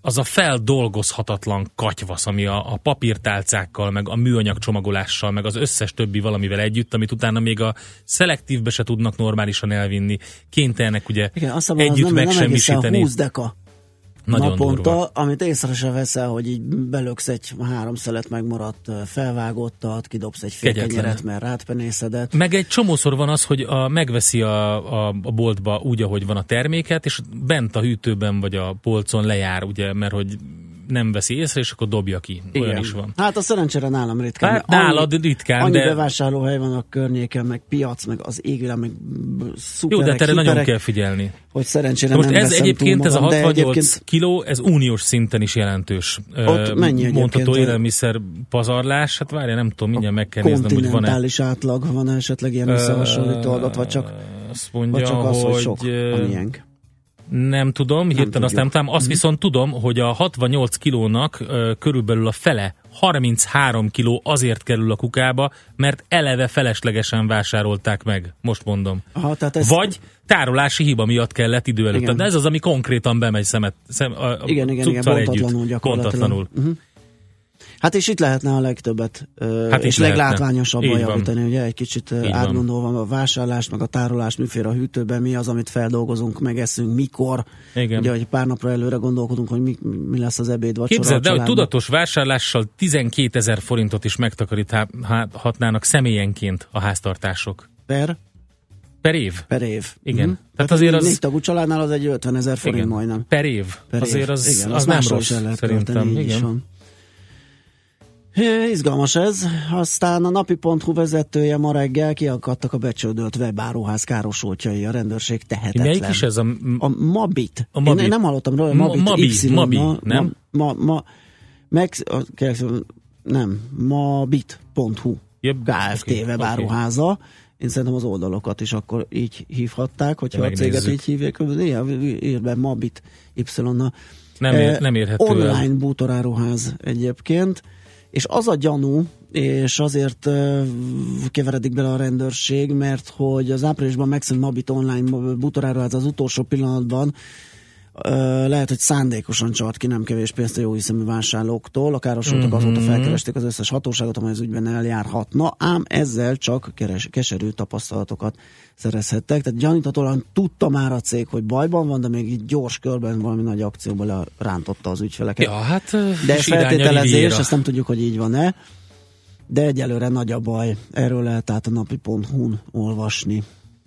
az a feldolgozhatatlan katyvasz, ami a, a papírtálcákkal, meg a műanyag csomagolással, meg az összes többi valamivel együtt, amit utána még a szelektívbe se tudnak normálisan elvinni. Kénytelenek ugye igen, együtt nem, megsemmisíteni. Nem húsz deka nagyon naponta, durva. Amit észre se veszel, hogy így belöksz egy három szelet megmaradt felvágottat, kidobsz egy fél kenyeret, mert rátpenészedett. Meg egy csomószor van az, hogy a, megveszi a, a, a boltba úgy, ahogy van a terméket, és bent a hűtőben vagy a polcon lejár, ugye, mert hogy nem veszi észre, és akkor dobja ki. Olyan igen. is van. Hát a szerencsére nálam ritkán. Hát nálad ritkán, annyi de... bevásárlóhely van a környéken, meg piac, meg az égvilág, meg szuperek, jó, de erre hiperek, nagyon kell figyelni. Hogy szerencsére most nem ez egyébként, ez a hatvannyolc egyébként... kiló, ez uniós szinten is jelentős. Ott mennyi mondható élelmiszer pazarlás, hát várja, nem tudom, mindjárt meg kell néznem, hogy van-e. Kontinentális átlag, van esetleg ilyen összehasonlító adat, vagy csak, azt mondja, vagy csak az, hogy, hogy sok a miénk. Nem tudom, hirtelen azt nem tudom. Azt mm-hmm. viszont tudom, hogy a hatvannyolc kilónak uh, körülbelül a fele, harminchárom kiló azért kerül a kukába, mert eleve feleslegesen vásárolták meg. Most mondom. Aha, tehát ez... Vagy tárolási hiba miatt kellett idő előtt. Igen. De ez az, ami konkrétan bemegy szemet, szem, a igen, igen, igen, bontatlanul gyakorlatilag. Uh-huh. Hát és itt lehetne a legtöbbet, hát és leglátványosabban javítani, ugye egy kicsit így átgondolva van. A vásárlást, meg a tárolást, mi fér a hűtőben, mi az, amit feldolgozunk, megeszünk, mikor. Igen. Ugye, hogy pár napra előre gondolkodunk, hogy mi, mi lesz az ebéd, vacsora. Képzeld, de hogy tudatos vásárlással tizenkétezer forintot is megtakaríthatnának személyenként a háztartások. Per? Per év. Per év. Igen. Mm-hmm. Tehát azért az... négy tagú családnál az egy ötvenezer forint igen. majdnem. Per év. Per azért az, igen, az, az nem rossz, szerintem. Költeni, igen. Hé, izgalmas ez. Aztán a napi pont hu vezetője ma reggel kiakadtak a becsődölt webáruház károsultjai, a rendőrség tehetetlen. Melyik is ez a... A Mabit. A Mabit. Én nem hallottam róla, Mabit. Mabi, Y, Mabi, ma, nem? Ma, ma, meg, nem, mabit pont hu yep. Kft. Okay, webáruháza. Okay. Én szerintem az oldalokat is akkor így hívhatták, hogyha a céget így hívják. Ír be Mabit Y-na. Nem, ér, nem érhető online el. bútoráruház egyébként. És az a gyanú, és azért uh, keveredik bele a rendőrség, mert hogy az áprilisban megszűnt Mabit online bútoráruház az utolsó pillanatban uh, lehet, hogy szándékosan csalt ki nem kevés pénzt a jóhiszemű vásárlóktól. A károsultak mm-hmm. azóta felkeresték az összes hatóságot, amely az ügyben eljárhatna, ám ezzel csak keres, keserű tapasztalatokat szerezhettek. Tehát gyaníthatóan tudta már a cég, hogy bajban van, de még így gyors körben valami nagy akcióban rántotta az ügyfeleket. Ja, hát, de feltételezés, ezt nem tudjuk, hogy így van-e, de egyelőre nagy a baj. Erről lehet át a napi pont hu-n olvasni.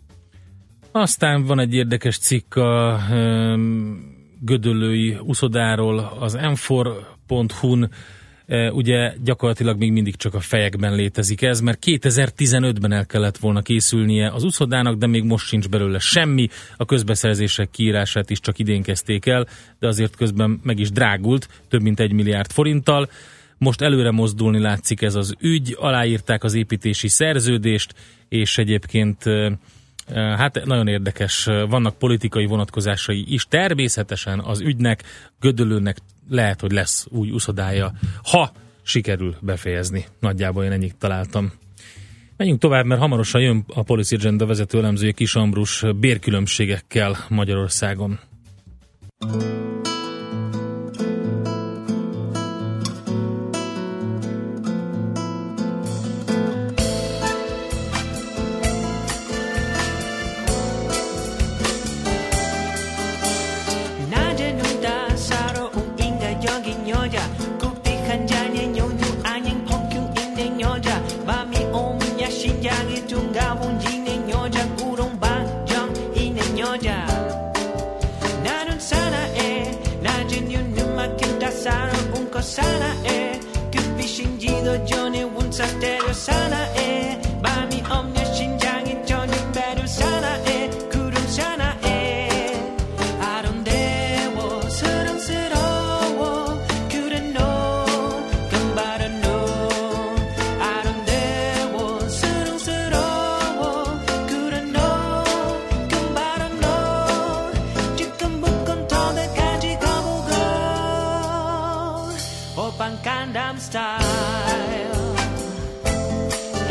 Aztán van egy érdekes cikk a um, gödöllői uszodáról az em négy pont hu-n. Uh, ugye gyakorlatilag még mindig csak a fejekben létezik ez, mert kétezer-tizenötben el kellett volna készülnie az uszodának, de még most sincs belőle semmi. A közbeszerzések kiírását is csak idén kezdték el, de azért közben meg is drágult, több mint egy milliárd forinttal. Most előre mozdulni látszik ez az ügy, aláírták az építési szerződést, és egyébként hát nagyon érdekes, vannak politikai vonatkozásai is természetesen az ügynek, Gödöllőnek lehet, hogy lesz új uszodája, ha sikerül befejezni. Nagyjából én ennyit találtam. Menjünk tovább, mert hamarosan jön a Policy Agenda vezető elemzője Kis Ambrus bérkülönbségekkel Magyarországon. Sana e, 깊이 신지도 전에 운사 때려 sana e, 밤이 없는 심장이 전혀 배려 sana e, 구름 sana e, 아름대워 사랑스러워 그래 너 금발은 너 아름대워 사랑스러워 그래 너 금발은 너 지금부터 터널까지 가보고 오빤 강남 스타일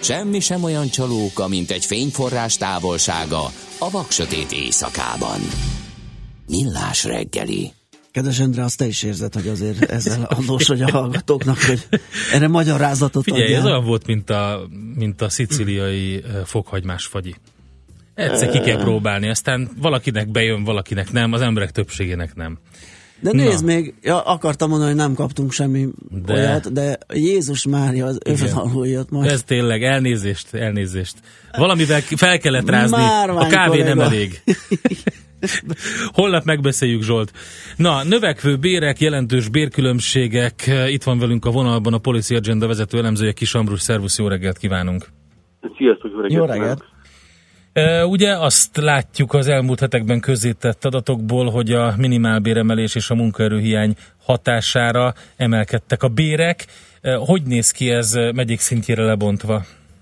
Semmi sem olyan csalóka, mint egy fényforrás távolsága a vaksötét éjszakában. Millás reggeli. Kedves Endre, azt te is érzed, hogy azért ezzel adós vagy a hallgatóknak, hogy erre magyarázatot Figyelj, adjál. ez olyan volt, mint a, mint a szicíliai fokhagymás fagyi. Egyszer ki kell próbálni, aztán valakinek bejön, valakinek nem, az emberek többségének nem. De nézd Na. még, ja, akartam mondani, hogy nem kaptunk semmi de, olyat, de Jézus Mária az övön alul jött majd. Ez tényleg, elnézést, elnézést. Valamivel fel kellett rázni, Márvány a kávé kollega. nem elég. Holnap megbeszéljük, Zsolt. Na, növekvő bérek, jelentős bérkülönbségek. Itt van velünk a vonalban a Policy Agenda vezető elemzője, Kis Ambrus. Szervusz, jó reggelt kívánunk! Sziasztok, jó reggelt! Jó reggelt! Uh, ugye azt látjuk az elmúlt hetekben közzétett adatokból, hogy a minimálbéremelés és a munkaerőhiány hatására emelkedtek a bérek. Uh, hogy néz ki ez megyék szintjére lebontva?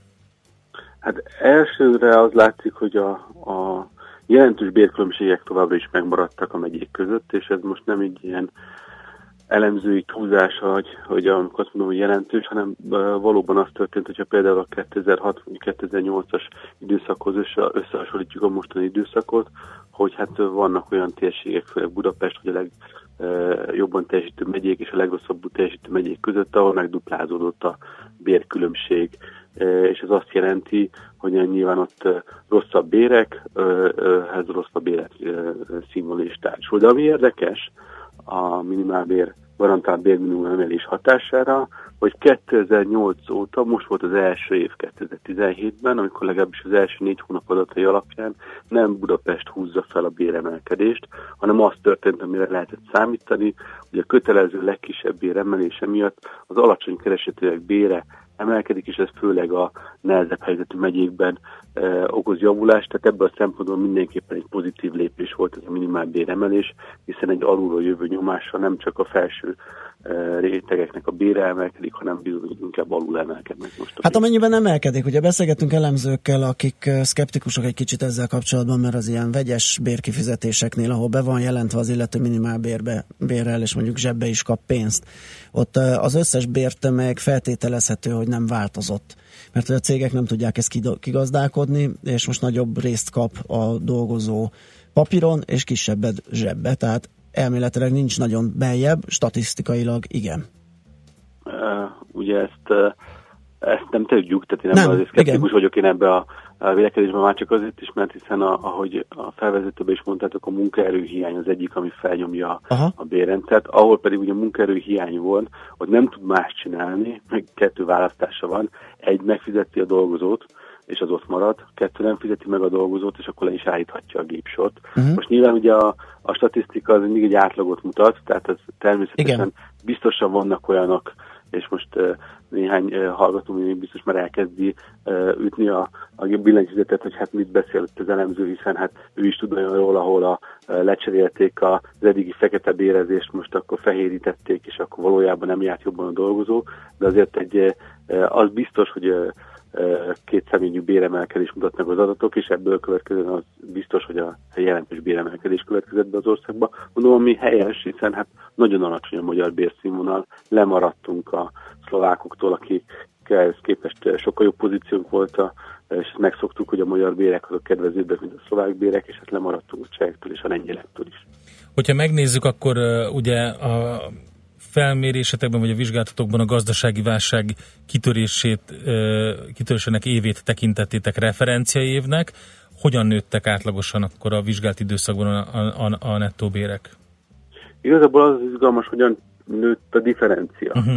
Hát elsőre az látszik, hogy a, a jelentős bérkülönbségek továbbra is megmaradtak a megyék között, és ez most nem egy ilyen elemzői túlzása, hogy, hogy amikor azt mondom, hogy jelentős, hanem valóban az történt, hogyha például a kétezer-hat-kétezer-nyolcas időszakhoz össze, összehasonlítjuk a mostani időszakot, hogy hát vannak olyan térségek, főleg Budapest, hogy a legjobban teljesítő megyék és a legrosszabbul teljesítő megyék között, ahol megduplázódott a bérkülönbség. És ez azt jelenti, hogy nyilván ott rosszabb bérek, ez rosszabb életszínvonal is társul. De ami érdekes, a minimálbér, garantált bérminimum emelés hatására, hogy kétezer-nyolc óta, most volt az első év kétezer-tizenhétben, amikor legalábbis az első négy hónap adatai alapján nem Budapest húzza fel a béremelkedést, hanem az történt, amire lehetett számítani, hogy a kötelező legkisebb béremelése miatt az alacsony keresetűek bére emelkedik, és ez főleg a nehezebb helyzetű megyékben e, okoz javulást, tehát ebből a szempontból mindenképpen egy pozitív lépés volt ez a minimálbér emelés, hiszen egy alulról jövő nyomással nem csak a felső e, rétegeknek a bére emelkedik, hanem bizony inkább alul emelkednek most. Hát amennyiben emelkedik, ugye beszélgettünk elemzőkkel, akik szkeptikusok egy kicsit ezzel kapcsolatban, mert az ilyen vegyes bérkifizetéseknél, ahol be van jelentve az illető minimálbérbe, bérrel, és mondjuk zsebbe is kap pénzt, ott az összes bértömeg feltételezhető, hogy nem változott. Mert a cégek nem tudják ezt kigazdálkodni, és most nagyobb részt kap a dolgozó papíron, és kisebbet zsebbe. Tehát elméletileg nincs nagyon beljebb, statisztikailag igen. Uh, ugye ezt, uh, ezt nem tudjuk, tehát én ebben azért szkeptikus vagyok én ebbe a, a vélekedésben már csak azért is, mert hiszen a, ahogy a felvezetőben is mondtátok, a munkaerőhiány az egyik, ami felnyomja Aha. a bérrendszert, ahol pedig ugye munkaerőhiány van, hogy nem tud más csinálni, meg kettő választása van, egy megfizeti a dolgozót, és az ott marad, kettő nem fizeti meg a dolgozót, és akkor le is állíthatja a gépsort. Uh-huh. Most nyilván ugye a, a statisztika az még egy átlagot mutat, tehát ez természetesen Igen. biztosan vannak olyanok, és most uh, néhány uh, hallgató még biztos már elkezdi uh, ütni a, a billentyűzetet, hogy hát mit beszél az elemző, hiszen hát ő is tud olyanról, ahol a, uh, lecserélték az eddigi fekete bérezést, most akkor fehérítették, és akkor valójában nem járt jobban a dolgozó, de azért egy, uh, az biztos, hogy uh, két személyű béremelkedés mutatnak az adatok, és ebből következően az biztos, hogy a jelentős béremelkedés következett be az országba. Mondom, ami helyes, hiszen hát nagyon alacsony a magyar bérszínvonal, lemaradtunk a szlovákoktól, akikhez képest sokkal jobb pozíciónk volt, és megszoktuk, hogy a magyar bérek azok kedvezőbbek, mint a szlovák bérek, és hát lemaradtunk a csehektől és a lengyelektől is. Hogyha megnézzük, akkor uh, ugye a felmérésetekben vagy a vizsgálatokban a gazdasági válság kitörését, kitörésének évét tekintettétek referenciaévnek. Hogyan nőttek átlagosan akkor a vizsgált időszakban a, a, a nettó bérek? Igazából az izgalmas, hogyan nőtt a differencia. Uh-huh.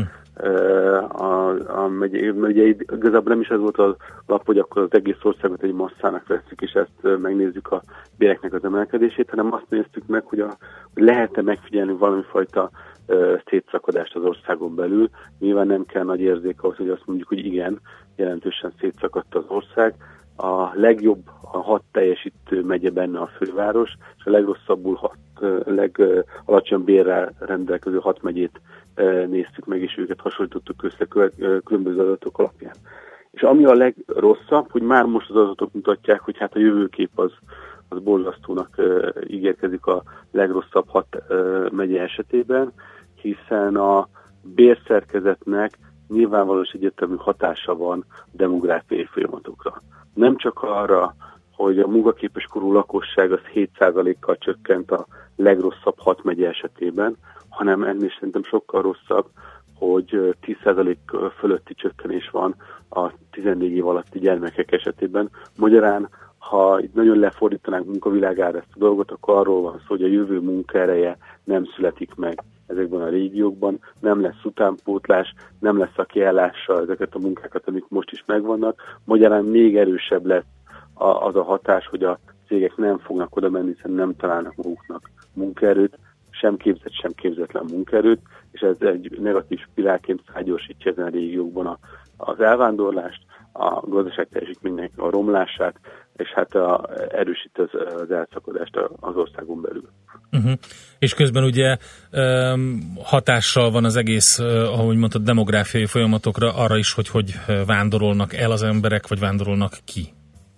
A, a megye, ugye igazából nem is ez volt az lap, hogy akkor az egész országot egy masszának vesszük, és ezt megnézzük a béreknek az emelkedését, hanem azt néztük meg, hogy, a, hogy lehet-e megfigyelni valamifajta szétszakadást az országon belül. Nyilván nem kell nagy érzék ahhoz, hogy azt mondjuk, hogy igen, jelentősen szétszakadt az ország. A legjobb, a hat teljesítő megye benne a főváros, és a legrosszabbul hat, legalacsonyabb bérrel rendelkező hat megyét néztük meg, és őket hasonlítottuk össze különböző adatok alapján. És ami a legrosszabb, hogy már most az adatok mutatják, hogy hát a jövőkép az, az borzasztónak uh, ígérkezik a legrosszabb hat uh, megye esetében, hiszen a bérszerkezetnek nyilvánvalóan egyértelmű hatása van a demográfiai folyamatokra. Nem csak arra, hogy a munkaképes korú lakosság az hét százalékkal csökkent a legrosszabb hat megye esetében, hanem ennél szerintem sokkal rosszabb, hogy tíz százalék fölötti csökkenés van a tizennégy év alatti gyermekek esetében. Magyarán, ha itt nagyon lefordítanánk munkavilágára ezt a dolgot, akkor arról van szó, hogy a jövő munkaereje nem születik meg ezekben a régiókban, nem lesz utánpótlás, nem lesz, aki ellássa ezeket a munkákat, amik most is megvannak. Magyarán még erősebb lesz az a hatás, hogy a cégek nem fognak oda menni, hiszen nem találnak maguknak munkaerőt, sem képzett, sem képzetlen munkaerőt, és ez egy negatív spirálként felgyorsítja ezen a régiókban a, az elvándorlást, a gazdaság teljesítménynek a romlását, és hát a, erősít az, az elszakadást az országon belül. Uh-huh. És közben ugye um, hatással van az egész, uh, ahogy mondtad, demográfiai folyamatokra arra is, hogy hogy vándorolnak el az emberek, vagy vándorolnak ki.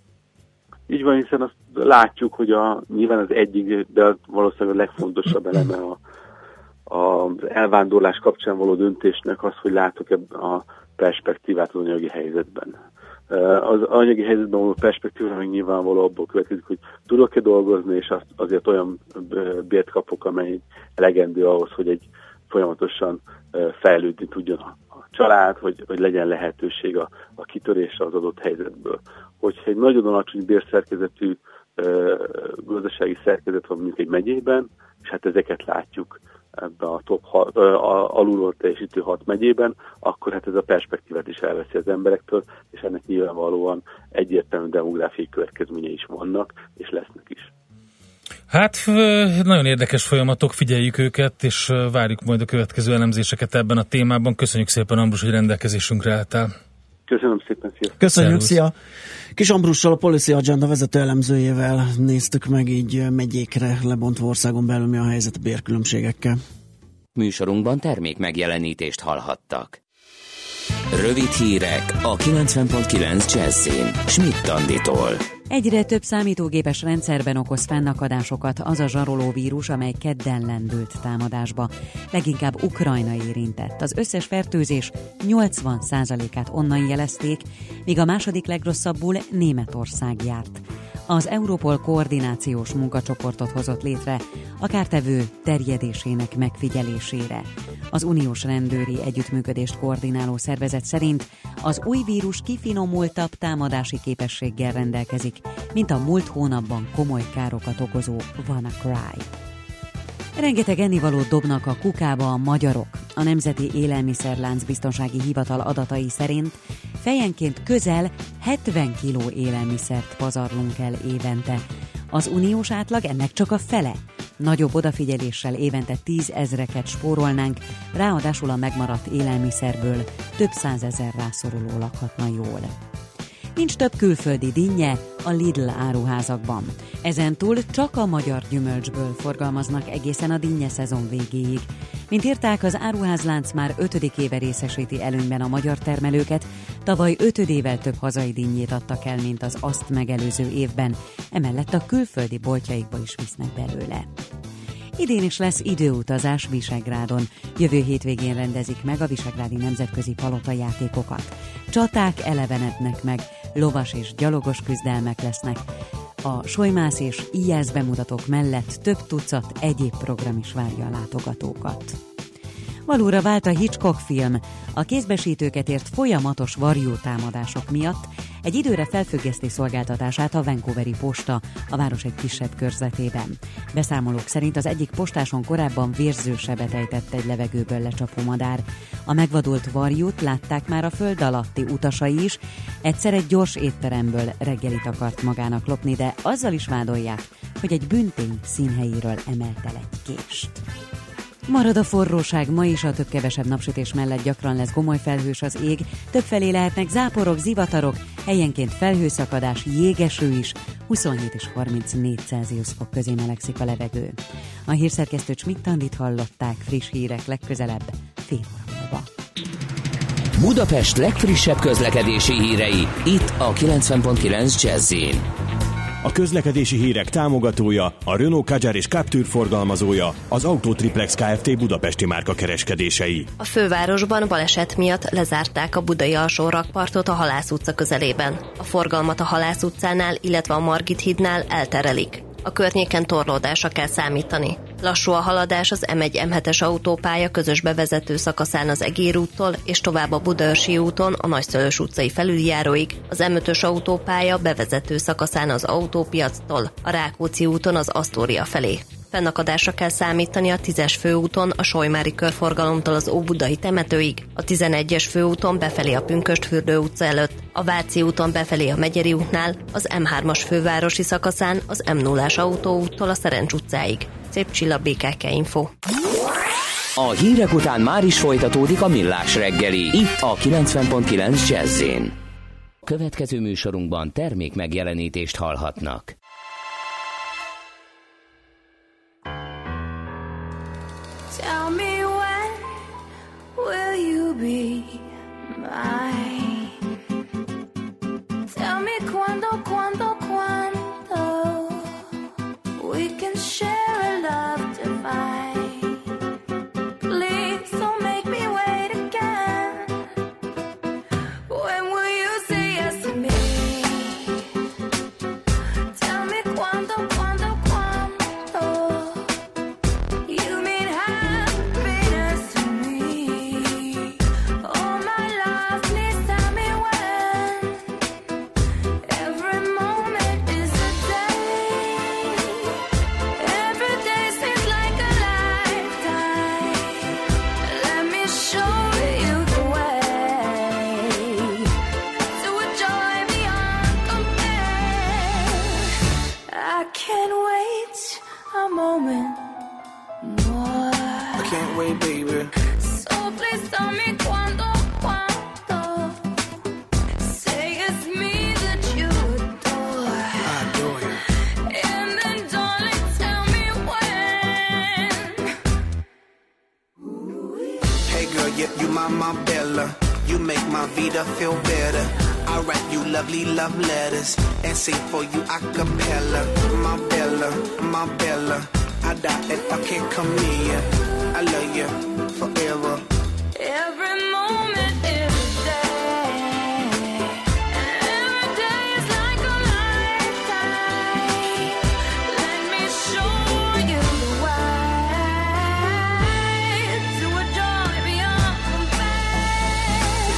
Így van, hiszen azt látjuk, hogy a, nyilván az egyik, de valószínűleg a legfontosabb eleme a, a, az elvándorlás kapcsán való döntésnek az, hogy látok ebben a perspektívát az anyagi helyzetben. Az anyagi helyzetben való perspektíva még nyilvánvaló abból következik, hogy tudok-e dolgozni, és azt azért olyan bért kapok, amely elegendő ahhoz, hogy egy folyamatosan fejlődni tudjon a, a család, hogy, hogy legyen lehetőség a, a kitörésre az adott helyzetből. Hogyha egy nagyon alacsony bérszerkezetű gazdasági szerkezet van mondjuk egy megyében, és hát ezeket látjuk ebbe a top hat, a, alulról teljesítő hat megyében, akkor hát ez a perspektívát is elveszi az emberektől, és ennek nyilvánvalóan egyértelmű demográfiai következményei is vannak, és lesznek is. Hát nagyon érdekes folyamatok, figyeljük őket, és várjuk majd a következő elemzéseket ebben a témában. Köszönjük szépen, Ambrus, hogy rendelkezésünkre álltál. Köszönöm szépen, szia! Köszönjük, szia! Kis Ambrussal, a Policy Agenda vezető elemzőjével néztük meg így megyékre lebontva országon belül mi a helyzet a bérkülönbségekkel. Műsorunkban termék megjelenítést hallhattak. Rövid hírek a kilencven pont kilenc Jazzin Schmidt Anditól. Egyre több számítógépes rendszerben okoz fennakadásokat az a zsaroló vírus, amely kedden lendült támadásba. Leginkább Ukrajna érintett. Az összes fertőzés nyolcvan százalékát onnan jelezték, míg a második legrosszabbul Németország járt. Az Europol koordinációs munkacsoportot hozott létre a kártevő terjedésének megfigyelésére. Az uniós rendőri együttműködést koordináló szervezet szerint az új vírus kifinomultabb támadási képességgel rendelkezik, mint a múlt hónapban komoly károkat okozó WannaCry. Rengeteg ennivalót dobnak a kukába a magyarok. A Nemzeti Élelmiszerlánc Biztonsági Hivatal adatai szerint fejenként közel hetven kiló élelmiszert pazarlunk el évente. Az uniós átlag ennek csak a fele. Nagyobb odafigyeléssel évente tízezreket spórolnánk, ráadásul a megmaradt élelmiszerből több százezer rászoruló lakhatna jól. Nincs több külföldi dinnye a Lidl áruházakban. Ezentúl csak a magyar gyümölcsből forgalmaznak egészen a dinnye szezon végéig. Mint írták, az áruházlánc már ötödik éve részesíti előnyben a magyar termelőket, tavaly ötödével több hazai dinnyét adtak el, mint az azt megelőző évben, emellett a külföldi boltjaikba is visznek belőle. Idén is lesz időutazás Visegrádon. Jövő hétvégén rendezik meg a visegrádi nemzetközi palotajátékokat. Csaták elevenednek meg, lovas és gyalogos küzdelmek lesznek. A solymász és íjász bemutatók mellett több tucat egyéb program is várja a látogatókat. Valóra vált a Hitchcock film. A kézbesítőket ért folyamatos varjótámadások miatt egy időre felfüggeszti szolgáltatását a Vancouveri posta, a város egy kisebb körzetében. Beszámolók szerint az egyik postáson korábban vérzősebet ejtett egy levegőből lecsapó madár. A megvadult varjút látták már a föld alatti utasai is, egyszer egy gyors étteremből reggelit akart magának lopni, de azzal is vádolják, hogy egy büntény színhelyéről emelt el egy kést. Marad a forróság, ma is a több-kevesebb napsütés mellett gyakran lesz gomoly felhős az ég, többfelé lehetnek záporok, zivatarok, helyenként felhőszakadás, jégeső is, huszonhét és harmincnégy Celsius fok közé melegszik a levegő. A hírszerkesztő Schmidt Andit hallották, friss hírek legközelebb, fél óra múlva. Budapest legfrissebb közlekedési hírei, itt a kilencven pont kilenc Jazz-in. A közlekedési hírek támogatója, a Renault Kadjar és Captur forgalmazója, az Autotriplex Kft. Budapesti márka kereskedései. A fővárosban baleset miatt lezárták a budai alsó rakpartot a Halász utca közelében. A forgalmat a Halász utcánál, illetve a Margit hídnál elterelik. A környéken torlódásra kell számítani. Lassú a haladás az em egy em hetes autópálya közös bevezető szakaszán az Egér úttól és tovább a Budaörsi úton a Nagyszülős utcai felüljáróig, az em ötös autópálya bevezető szakaszán az Autópiactól, a Rákóczi úton az Asztória felé. Fennakadásra kell számítani a tízes főúton a Solymári körforgalomtól az Óbudai temetőig, a tizenegyes főúton befelé a Pünkösdfürdő utca előtt, a Váci úton befelé a Megyeri útnál, az em hármas fővárosi szakaszán az em nullás autóúttól a Szerencs utcáig. Szép Csilla, bé ká ká Info. A hírek után már is folytatódik a Millás reggeli, itt a kilencven pont kilenc Jazz-én. Következő műsorunkban termék megjelenítést hallhatnak. Tell me when will you be mine? Tell me cuando, cuando, cuando we can share a love divine. Please don't make me wait again. When will you say yes to me? Tell me cuando, cuando, cuando you mean happiness to me. Oh my love, please tell me when. Every moment is a day. Every day seems like a lifetime. Let me show you the way to a joy beyond compare. I can't wait a moment more. I can't wait, baby. So please tell me cuando, cuando. Say it's me that you adore. I adore you. And then darling, tell me when. Hey girl, yeah, you my, my Bella. You make my vida feel better. I write you lovely love letters and sing for you a cappella. My Bella, my Bella. I die if I can't come near. I love you forever. Every moment is a day. Every day is like a lifetime. Let me show you the way to a joy beyond compare.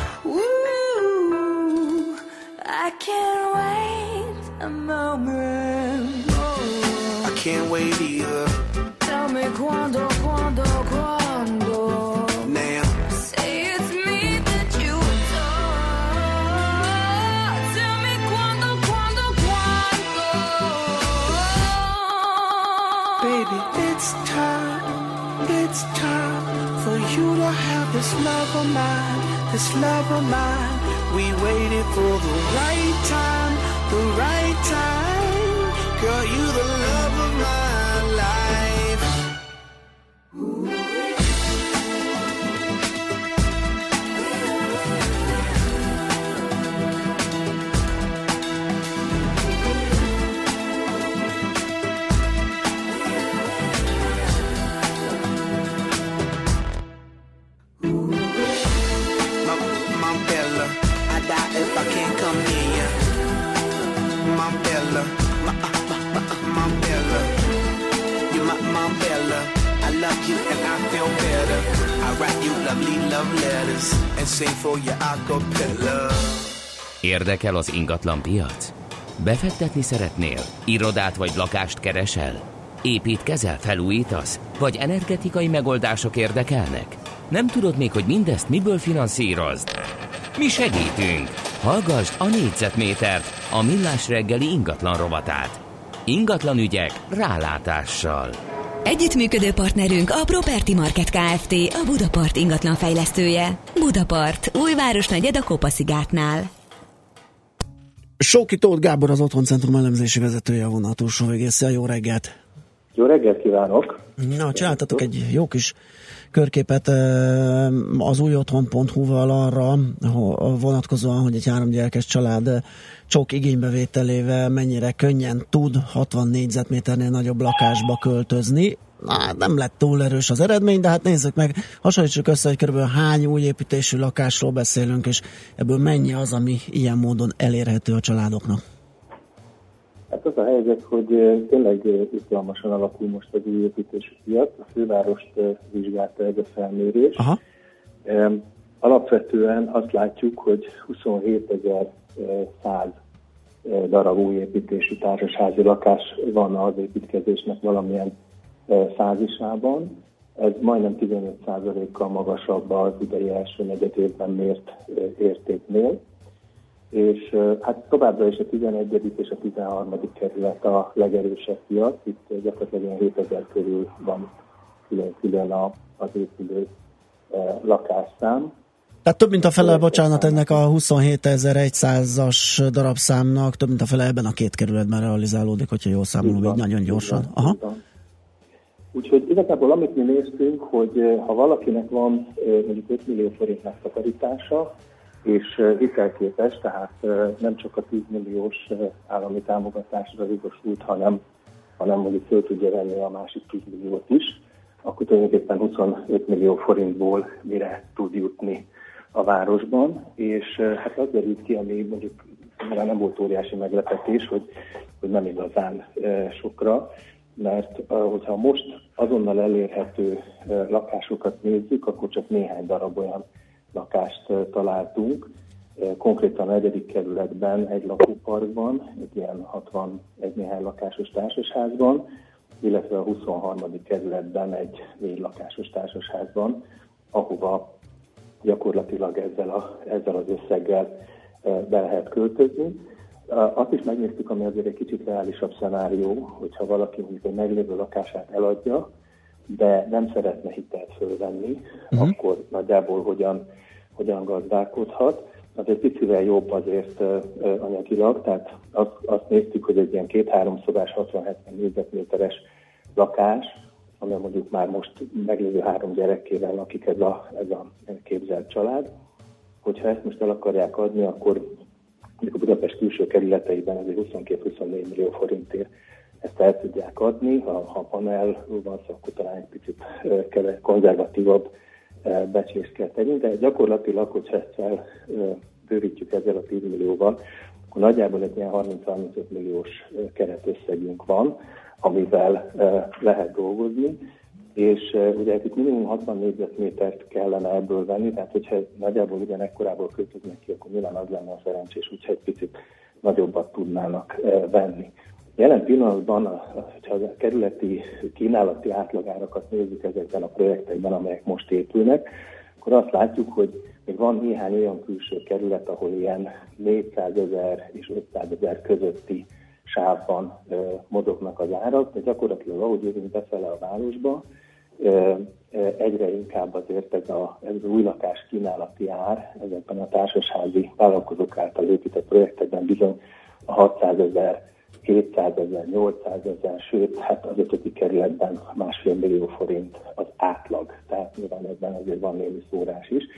Ooh, I can't wait a moment. I can't wait either. Tell me cuando, cuando, cuando. Now, Say it's me that you adore. Tell me cuando, cuando, cuando. baby, it's time, it's time for you to have this love of mine, this love of mine. We waited for the right time, the right time. Girl, you the love of my life. My, my Bella, I die if I can't come near you. My Bella, my, my, my, my Bella, you my, my Bella. I love you and I feel better. I write you lovely love letters and sing for you a cappella. Érdekel az ingatlan piac? Befektetni szeretnél? Irodát vagy lakást keresel? Építkezel, felújítasz? Vagy energetikai megoldások érdekelnek? Nem tudod még, hogy mindezt miből finanszírozd? Mi segítünk! Hallgasd a négyzetmétert, a Millás reggeli ingatlan rovatát. Ingatlan ügyek rálátással. Együttműködő partnerünk a Property Market Kft., a Budapart ingatlan fejlesztője. Budapart, újváros negyed a Kopaszigátnál. Sóki Tóth Gábor, az Otthoncentrum elemzési vezetője, a vonal túlsó végésze. Jó reggelt! Jó reggelt kívánok! Na, csináltatok egy jó kis körképet az újotthon pont hu-val arra vonatkozóan, hogy egy háromgyerekes család csok igénybevételével mennyire könnyen tud hatvan négyzetméternél nagyobb lakásba költözni. Na, nem lett túl erős az eredmény, de hát nézzük meg, hasonlítsuk össze, hogy körülbelül hány új építésű lakásról beszélünk, és ebből mennyi az, ami ilyen módon elérhető a családoknak. Hát az a helyzet, hogy tényleg izgalmasan alakul most az új építésű piac. A fővárost vizsgálta ez a felmérés. Aha. Alapvetően azt látjuk, hogy huszonhétezer-száz darab új építésű társasházi lakás van az építkezésnek valamilyen fázisában. Ez majdnem tizenöt százalékkal magasabb az idei első negyedévben mért értéknél. És hát továbbra is a tizenegyedik és a tizenharmadik kerület a legerősebb piac. Itt gyakorlatilag hétezer körül van külön-külön az épülő lakásszám. Tehát több mint a fele, bocsánat, ennek a huszonhétezer-százas darabszámnak, több mint a fele ebben a két kerületben realizálódik, hogyha jól számolom, így nagyon gyorsan. Aha. Úgyhogy igazából amit mi néztünk, hogy ha valakinek van mondjuk öt millió forint megtakarítása, és hitelképes, tehát nem csak a tíz milliós állami támogatásra jogosult, hanem, hanem mondjuk föl tudja venni a másik tíz milliót is, akkor tulajdonképpen huszonöt millió forintból mire tud jutni a városban, és hát az derült ki, ami mondjuk már nem volt óriási meglepetés, hogy, hogy nem igazán sokra, mert hogyha most azonnal elérhető lakásokat nézzük, akkor csak néhány darab olyan lakást találtunk. Konkrétan a negyedik kerületben egy lakóparkban, egy ilyen hatvanegy néhány lakásos társasházban, illetve a huszonharmadik kerületben egy négy lakásos társasházban, ahova gyakorlatilag ezzel, a, ezzel az összeggel be lehet költözni. Azt is megnéztük, ami azért egy kicsit reálisabb szenárió, hogyha valaki mondjuk egy meglévő lakását eladja, de nem szeretne hitelt fölvenni, uh-huh. akkor nagyjából hogyan, hogyan gazdálkodhat. Az egy picivel jobb azért uh, anyagilag, tehát azt, azt néztük, hogy egy ilyen két-három szobás hatvan-hetven négyzetméteres lakás, ami mondjuk már most meglévő három gyerekkével lakik ez a, ez a képzelt család. Hogyha ezt most el akarják adni, akkor a Budapest külső kerületeiben azért huszonkettő-huszonnégy millió forintért ezt el tudják adni. Ha, ha panel van szó, akkor talán egy picit uh, konzervatívabb uh, becslést kell tenni, de gyakorlatilag, hogyha ezt elbővítjük ezzel a tíz millióval, akkor nagyjából egy ilyen harminc-harmincöt milliós uh, keretösszegünk van, amivel uh, lehet dolgozni, és uh, ugye itt minimum hatvan négyzetmétert kellene ebből venni, tehát hogyha nagyjából ugyanekkorából költöznek ki, akkor nyilván az lenne a szerencsés, úgyhogy egy picit nagyobbat tudnának uh, venni. Jelen pillanatban, ha a kerületi kínálati átlagárakat nézzük ezekben a projektekben, amelyek most épülnek, akkor azt látjuk, hogy még van néhány olyan külső kerület, ahol ilyen négyszázezer és ötszázezer közötti sávban ö, mozognak az árak, de gyakorlatilag ahogy jövünk befele a városba, ö, ö, egyre inkább azért ez, a, ez az új lakás kínálati ár ezekben a társasházi vállalkozók által épített projektekben bizony a hatszázezer, kétszázezer, nyolcszázezer, sőt, hát az ötödik kerületben másfél millió forint az átlag, tehát nyilván ebben azért van némi szórás is.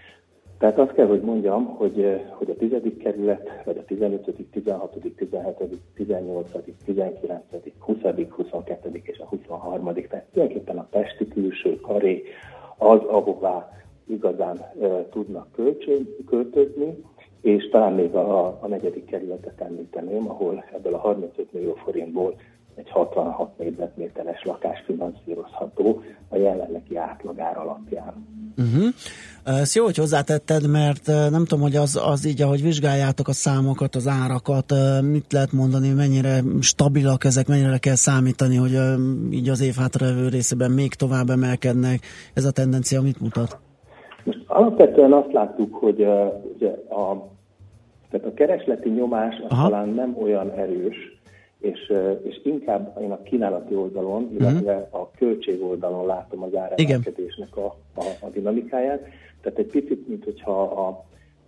Tehát azt kell, hogy mondjam, hogy, hogy a tizedik kerület, vagy a tizenötödik, tizenhatodik, tizenhetedik, tizennyolcadik, tizenkilencedik, huszadik, huszonkettődik és a huszonharmadik tehát tulajdonképpen a pesti külső karé az, ahová igazán e, tudnak költső, költözni, és talán még a, a negyedik kerületet említeném, ahol ebből a harmincöt millió forintból egy hatvanhat négyzetméteres lakás finanszírozható a jelenlegi átlagár alapján. Uh-huh. Ezt jó, hogy hozzátetted, mert nem tudom, hogy az, az így, ahogy vizsgáljátok a számokat, az árakat, mit lehet mondani, mennyire stabilak ezek, mennyire kell számítani, hogy így az év hátralévő részében még tovább emelkednek. Ez a tendencia mit mutat? Most alapvetően azt láttuk, hogy uh, ugye a, tehát a keresleti nyomás az talán nem olyan erős, és, uh, és inkább én a kínálati oldalon, illetve uh-huh. a költség oldalon látom az áremelkedésnek a, a, a dinamikáját. Tehát egy picit, mint hogyha a,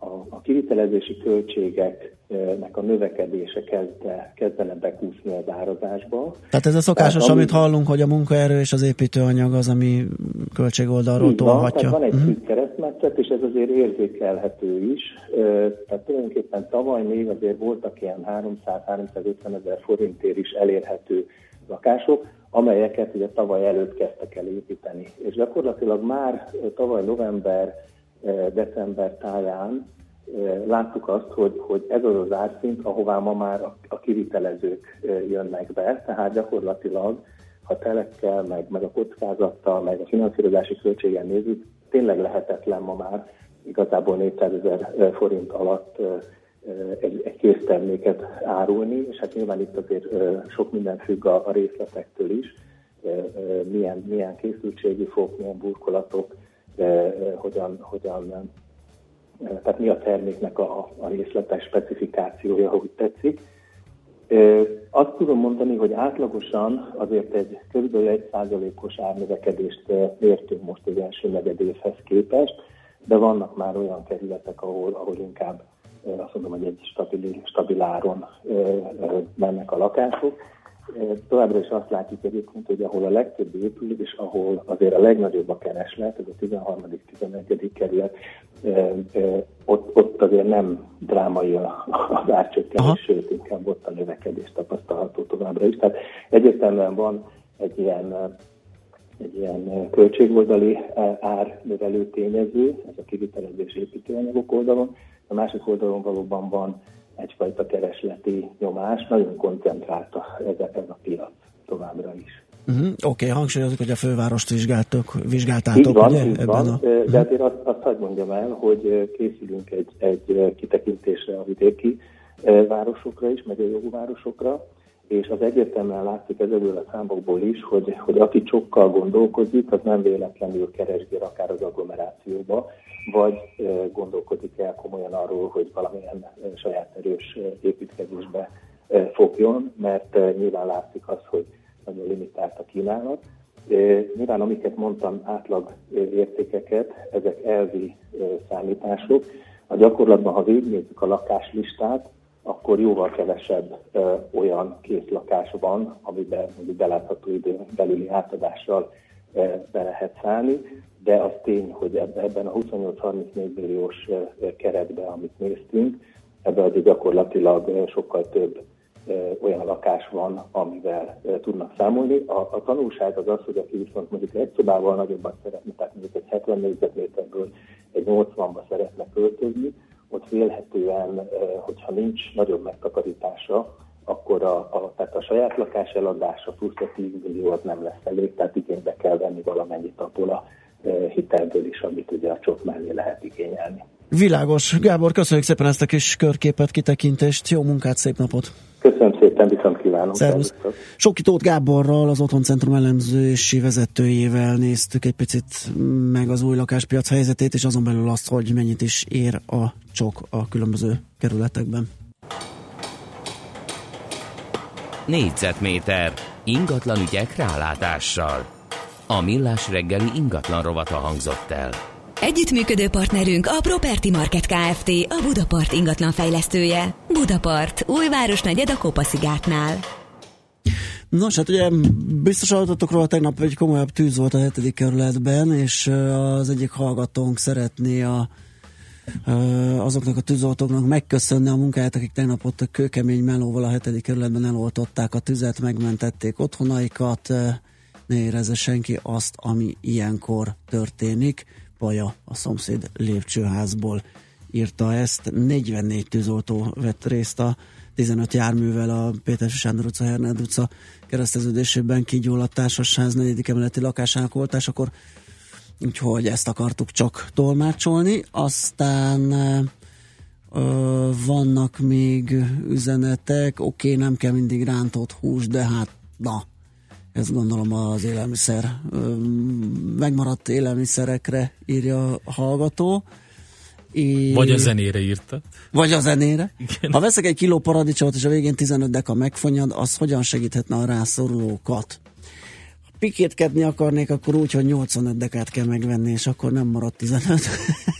a, a kivitelezési költségeknek a növekedése kezde, kezdene bekúszni az árazásba. Tehát ez a szokásos, tehát, amit hallunk, hogy a munkaerő és az építőanyag az, ami költségoldalról tolhatja. Tehát van egy uh-huh. szűk keresztmetszet, és ez azért érzékelhető is. Tehát tulajdonképpen tavaly még azért voltak ilyen háromszáz-háromszázötven ezer forintért is elérhető lakások, amelyeket ugye tavaly előtt kezdtek el építeni. És gyakorlatilag már tavaly november, december táján láttuk azt, hogy, hogy ez az az árszint, ahová ma már a, a kivitelezők jönnek be, tehát gyakorlatilag, ha telekkel, meg, meg a kockázattal, meg a finanszírozási költségen nézzük, tényleg lehetetlen ma már igazából négyszázezer forint alatt egy, egy készterméket árulni, és hát nyilván itt azért sok minden függ a, a részletektől is, milyen, milyen készültségi fok, milyen burkolatok, hogyan, hogyan, tehát mi a terméknek a, a részletes specifikációja, ahogy tetszik. Azt tudom mondani, hogy átlagosan azért egy kb. egy százalékos árnövekedést értünk most az első negyedévhez képest, de vannak már olyan kerületek, ahol, ahol inkább azt mondom, hogy egy stabil, stabil áron mennek a lakások. Továbbra is azt látjuk egyébként, hogy ahol a legtöbb épül, és ahol azért a legnagyobb a kereslet, ez a tizenharmadik tizenegyedik kerület, ott, ott azért nem drámai az árcsökkenés, sőt, inkább ott a növekedés tapasztalható továbbra is. Tehát egyértelműen van egy ilyen, egy ilyen költségoldali árnövelő tényező, ez a kivitelezés építőanyagok oldalon, a másik oldalon valóban van egyfajta keresleti nyomás, nagyon koncentrált ez a, ez a piac továbbra is. Uh-huh. Oké, okay, hangsúlyozunk, hogy a fővárost vizsgáltok, vizsgáltátok, így van, ugye? Így ebben van, a... de azért azt, azt hadd mondjam el, hogy készülünk egy, egy kitekintésre a vidéki városokra is, meg a jó városokra, és az egyértelműen látszik ezekből a számokból is, hogy, hogy aki sokkal gondolkozik, az nem véletlenül keresgél akár az agglomerációba, vagy gondolkodik el komolyan arról, hogy valamilyen saját erős építkezésbe fogjon, mert nyilván látszik az, hogy nagyon limitált a kínálat. Nyilván, amiket mondtam, átlag értékeket, ezek elvi számítások. A gyakorlatban, ha végignézzük a lakáslistát, akkor jóval kevesebb ö, olyan kész lakás van, amiben mondjuk belátható idő belüli átadással ö, be lehet szállni, de az tény, hogy ebben a huszonnyolc-harmincnégy milliós ö, keretben, amit néztünk, ebben azért gyakorlatilag ö, sokkal több ö, olyan lakás van, amivel ö, tudnak számolni. A, a tanulság az az, hogy aki viszont mondjuk egy szobával nagyobbat szeretne, tehát mondjuk egy hetven négyzetméterből egy nyolcvanba szeretne költözni, ott vélhetően, hogyha nincs nagyobb megtakarítása, akkor a, a, tehát a saját lakás eladása plusz a tíz millió az nem lesz elég, tehát igénybe kell venni valamennyit abból a hitelből is, amit ugye a csok mellé lehet igényelni. Világos. Gábor, köszönjük szépen ezt a kis körképet, kitekintést. Jó munkát, szép napot! Köszönöm szépen, viszont kívánok! Szervusz! Soki Tóth Gáborral, az Otthoncentrum elemzési vezetőjével néztük egy picit meg az új lakáspiac helyzetét, és azon belül azt, hogy mennyit is ér a csok a különböző kerületekben. Négyzetméter ingatlan ügyek rálátással. A Millás reggeli ingatlan rovata hangzott el. Együttműködő partnerünk a Property Market Kft., a Budapart ingatlan fejlesztője. Budapart, új városnegyed a Kopa-szigátnál. Nos, hát ugye biztos hallottatok róla, tegnap egy komolyabb tűz volt a hetedik kerületben, és az egyik hallgatónk szeretné a, azoknak a tűzoltóknak megköszönni a munkáját, akik tegnap ott a kőkemény melóval a hetedik kerületben eloltották a tüzet, megmentették otthonaikat, ne érezze senki azt, ami ilyenkor történik. Baja a szomszéd lépcsőházból írta ezt. negyvennégy tűzoltó vett részt a tizenöt járművel a Péter Sándor utca, Hernád utca kereszteződésében kigyulladt társasház negyedik emeleti lakásának oltásakor, úgyhogy ezt akartuk csak tolmácsolni. Aztán ö, vannak még üzenetek, oké, okay, nem kell mindig rántott hús, de hát na, ezt gondolom az élelmiszer, megmaradt élelmiszerekre írja a hallgató. É... Vagy a zenére írta. Vagy a zenére. Igen. Ha veszek egy kiló paradicsomot, és a végén tizenöt deka megfonyad, az hogyan segíthetne a rászorulókat? Ha pikétkedni akarnék, akkor úgy, hogy nyolcvanöt dekát kell megvenni, és akkor nem marad tizenöt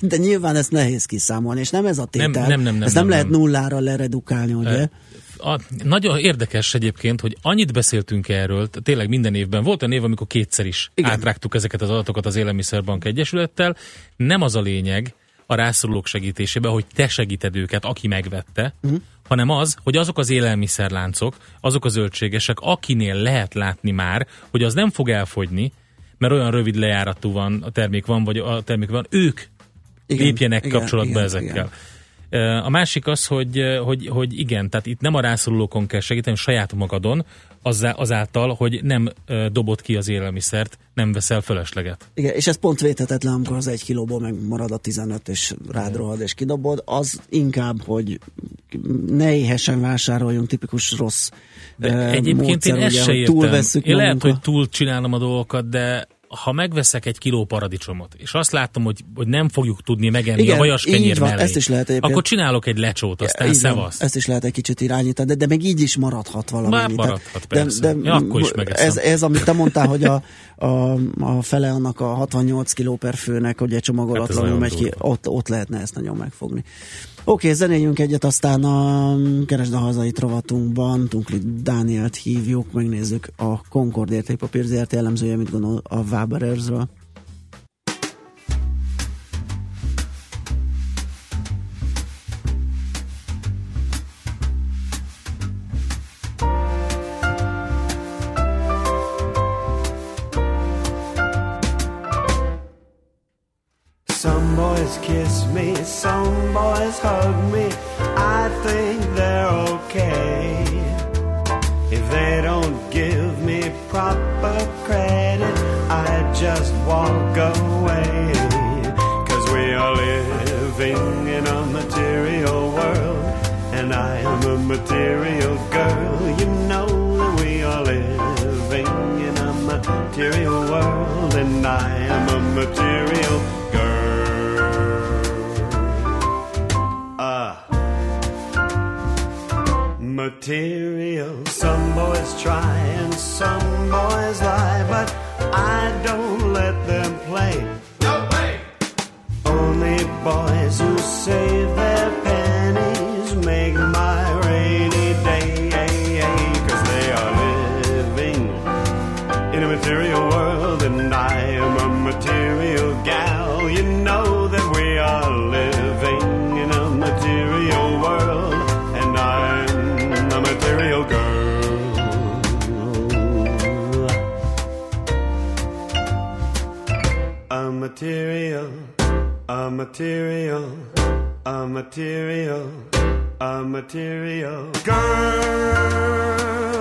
De nyilván ezt nehéz kiszámolni, és nem ez a tétel. Nem, nem, nem, nem, ezt nem, nem lehet nem. nullára leredukálni, ugye? A, nagyon érdekes egyébként, hogy annyit beszéltünk erről, tényleg minden évben. Volt olyan év, amikor kétszer is Igen. átrágtuk ezeket az adatokat az Élelmiszerbank Egyesülettel. Nem az a lényeg a rászorulók segítésébe, hogy te segíted őket, aki megvette, uh-huh. hanem az, hogy azok az élelmiszerláncok, azok a zöldségesek, akinél lehet látni már, hogy az nem fog elfogyni, mert olyan rövid lejáratú van, a termék van, vagy a termék van, ők igen, lépjenek igen, kapcsolatba igen, ezekkel. Igen. A másik az, hogy, hogy, hogy igen, tehát itt nem a rászorulókon kell segíteni, saját magadon, azáltal, hogy nem dobod ki az élelmiszert, nem veszel fölösleget. Igen, és ez pont védhetetlen, amikor az egy kilóból megmarad a tizenöt, és rád rohad, és kidobod, az inkább, hogy ne éhesen vásároljunk, tipikus rossz de uh, egyébként módszer, én ezt se értem. Én lehet, hogy túl csinálom a dolgokat, de ha megveszek egy kiló paradicsomot, és azt látom, hogy, hogy nem fogjuk tudni megenni igen, a vajaskenyér mellé, ezt is lehet akkor csinálok egy lecsót, aztán szevasz. Ezt is lehet egy kicsit irányítani, de, de még így is maradhat valami. Már maradhat, persze. De, de, ja, akkor is megeszem. Ez, ez, amit te mondtál, hogy a, a, a fele annak a hatvannyolc kiló per főnek, ugye csomagolatlanul hát megy ki, ott, ott lehetne ezt nagyon megfogni. Oké, okay, zenéljünk egyet, aztán a Keresd a hazait rovatunkban Tunkli Dánielt hívjuk, megnézzük a Concord Értékpapír zé er té elemzője, mit gondol a Waberers-ről. Some boys kiss me, some boys hug me. I think they're okay. If they don't give me proper credit, I just walk away. 'Cause we are living in a material world, and I am a material girl. You know that we are living in a material world, and I am a material girl. Material. Some boys try and some boys lie, but I don't let them play. No way! Only boys who save their pennies make my rainy day. 'Cause they are living in a material world, and I am a material gal. You know that we are living in a material world, and I'm a material girl. A material, a material, a material, a material girl.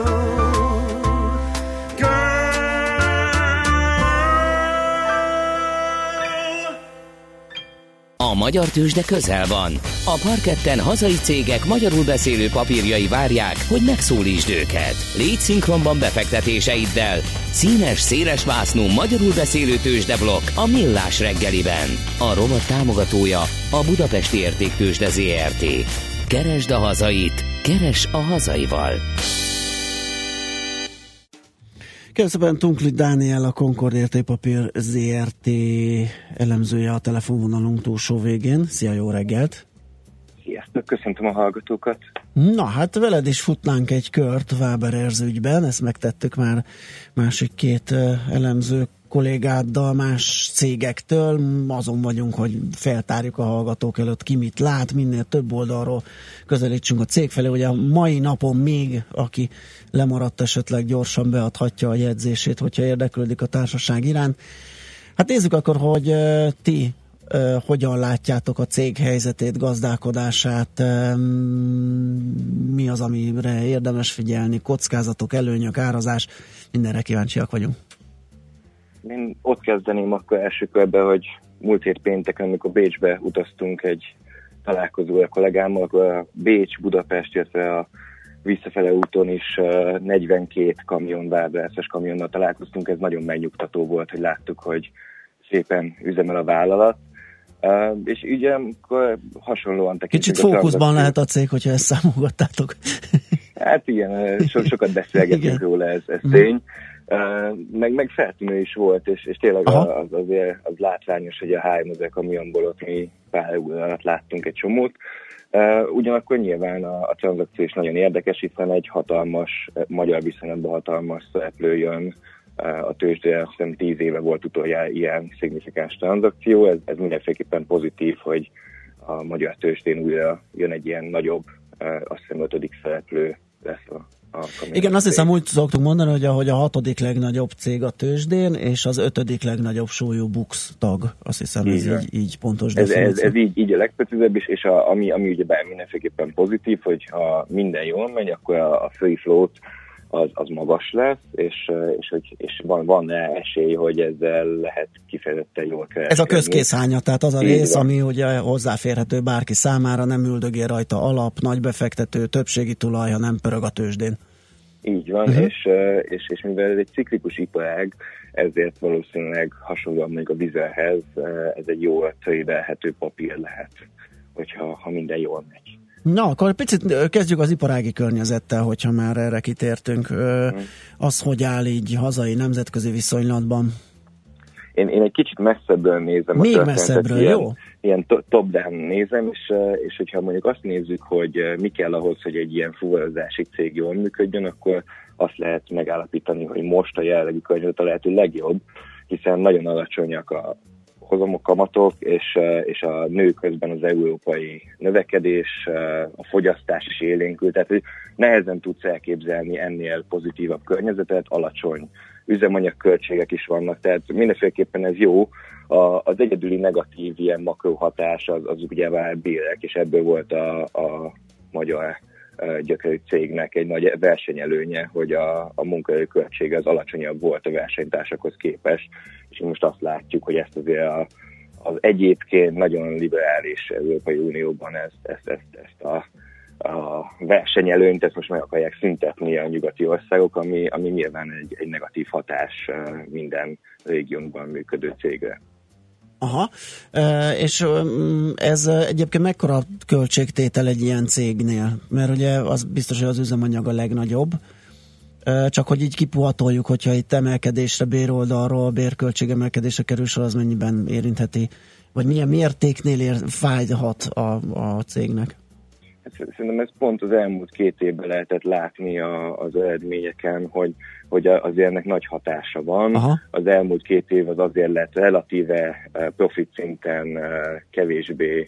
A magyar tőzsde közel van. A parketten hazai cégek magyarul beszélő papírjai várják, hogy megszólítsd őket. Légy szinkronban befektetéseiddel. Színes, széles vásznú magyarul beszélő tőzsdeblokk a Millás reggeliben. A rovat támogatója a Budapesti Értéktőzsde zé er té. Keresd a hazait, keres a hazaival. Köszönöm, Tunkli Dániel, a Concord Értékpapír zé er té elemzője a telefonvonalunk túlsó végén. Szia, jó reggelt! Sziasztok, köszöntöm a hallgatókat! Na, hát veled is futnánk egy kört Waberers ügyben, ezt megtettük már másik két elemző kollégáddal, más cégektől. Azon vagyunk, hogy feltárjuk a hallgatók előtt, ki mit lát, minél több oldalról közelítsünk a cég felé. Ugye a mai napon még, aki lemaradt, esetleg gyorsan beadhatja a jegyzését, hogyha érdeklődik a társaság iránt. Hát nézzük akkor, hogy uh, ti uh, hogyan látjátok a cég helyzetét, gazdálkodását, um, mi az, amire érdemes figyelni, kockázatok, előnyök, árazás, mindenre kíváncsiak vagyunk. Én ott kezdeném akkor első körben, hogy múlt hét pénteken, amikor Bécsbe utaztunk egy találkozóra kollégámmal, akkor a Bécs-Budapest, illetve a visszafele úton is negyvenkét kamion, Waberers-es kamionnal találkoztunk. Ez nagyon megnyugtató volt, hogy láttuk, hogy szépen üzemel a vállalat. Uh, és ugye akkor hasonlóan tekintünk. Kicsit fókuszban lehet a cég, hogyha ezt számolgattátok. Hát igen, so, sokat beszélgetünk róla, ez, ez tény. Uh, meg, meg feltűnő is volt, és, és tényleg az, azért az látványos, hogy a há em ezek kamionból ott mi pár óra alatt láttunk egy csomót. Uh, ugyanakkor nyilván a, a tranzakció is nagyon érdekes, hiszen egy hatalmas, magyar viszonylatban hatalmas szereplő jön uh, a tőzsdére, azt hiszem tíz éve volt utoljára ilyen szignifikáns tranzakció, ez, ez mindenféleképpen pozitív, hogy a magyar tőzsdén újra jön egy ilyen nagyobb, uh, azt hiszem ötödik szereplő lesz a Igen, azt hiszem úgy szoktunk mondani, hogy ahogy a hatodik legnagyobb cég a tőzsdén, és az ötödik legnagyobb súlyú Bux tag. Azt hiszem ez így, így, így pontos ez, definíció. ez, ez így, így a legprecízebb, és, és a, ami, ami ugye bár mindenféleképpen pozitív, hogy ha minden jól megy, akkor a, a free float az, az magas lesz, és, és, hogy, és van, van esély, hogy ezzel lehet kifejezetten jól kereskedni. Ez a közkészhánya, tehát az a így rész, van. ami ugye hozzáférhető bárki számára, nem üldögél rajta alap, nagy befektető, többségi tulaj, ha nem pörög a tőzsdén. Így van, uh-huh. és, és, és mivel ez egy ciklikus iparág, ezért valószínűleg hasonlóan még a vizelhez, ez egy jól tradelhető papír lehet, hogyha ha minden jól megy. Na, akkor picit kezdjük az iparági környezettel, hogyha már erre kitértünk. Uh-huh. Az, hogy áll így hazai, nemzetközi viszonylatban? Én, én egy kicsit messzebbről nézem. Még messzebbről, ilyen, jó? Ilyen top-down nézem, és, és hogyha mondjuk azt nézzük, hogy mi kell ahhoz, hogy egy ilyen fuvarozási cég jól működjön, akkor azt lehet megállapítani, hogy most a jelenlegi környezet a lehető legjobb, hiszen nagyon alacsonyak a hozamok, kamatok, és, és a nő közben az európai növekedés, a fogyasztás is élénkül, tehát hogy nehezen tudsz elképzelni ennél pozitívabb környezetet, alacsony üzemanyagköltségek is vannak, tehát mindenféleképpen ez jó. A, az egyedüli negatív ilyen makrohatás az, az ugye a bérek, és ebből volt a, a magyar gyökerű cégnek egy nagy versenyelőnye, hogy a, a munkaerő költsége az alacsonyabb volt a versenytársakhoz képest, és most azt látjuk, hogy ezt azért a, az egyébként nagyon liberális Európai Unióban ezt, ezt, ezt, ezt a, a versenyelőnyt, ezt most meg akarják szüntetni a nyugati országok, ami, ami nyilván egy, egy negatív hatás minden régiónkban működő cégre. Aha, és ez egyébként mekkora költségtétel egy ilyen cégnél? Mert ugye az biztos, hogy az üzemanyag a legnagyobb, csak hogy így kipuhatoljuk, hogyha itt emelkedésre, béroldalról, bérköltségemelkedésre kerül sor, az mennyiben érintheti, vagy milyen mértéknél ér, fájhat a, a cégnek? Szerintem ez pont az elmúlt két évben lehetett látni a, az eredményeken, hogy, hogy azért ennek nagy hatása van. Aha. Az elmúlt két év az azért lett relatíve profit szinten kevésbé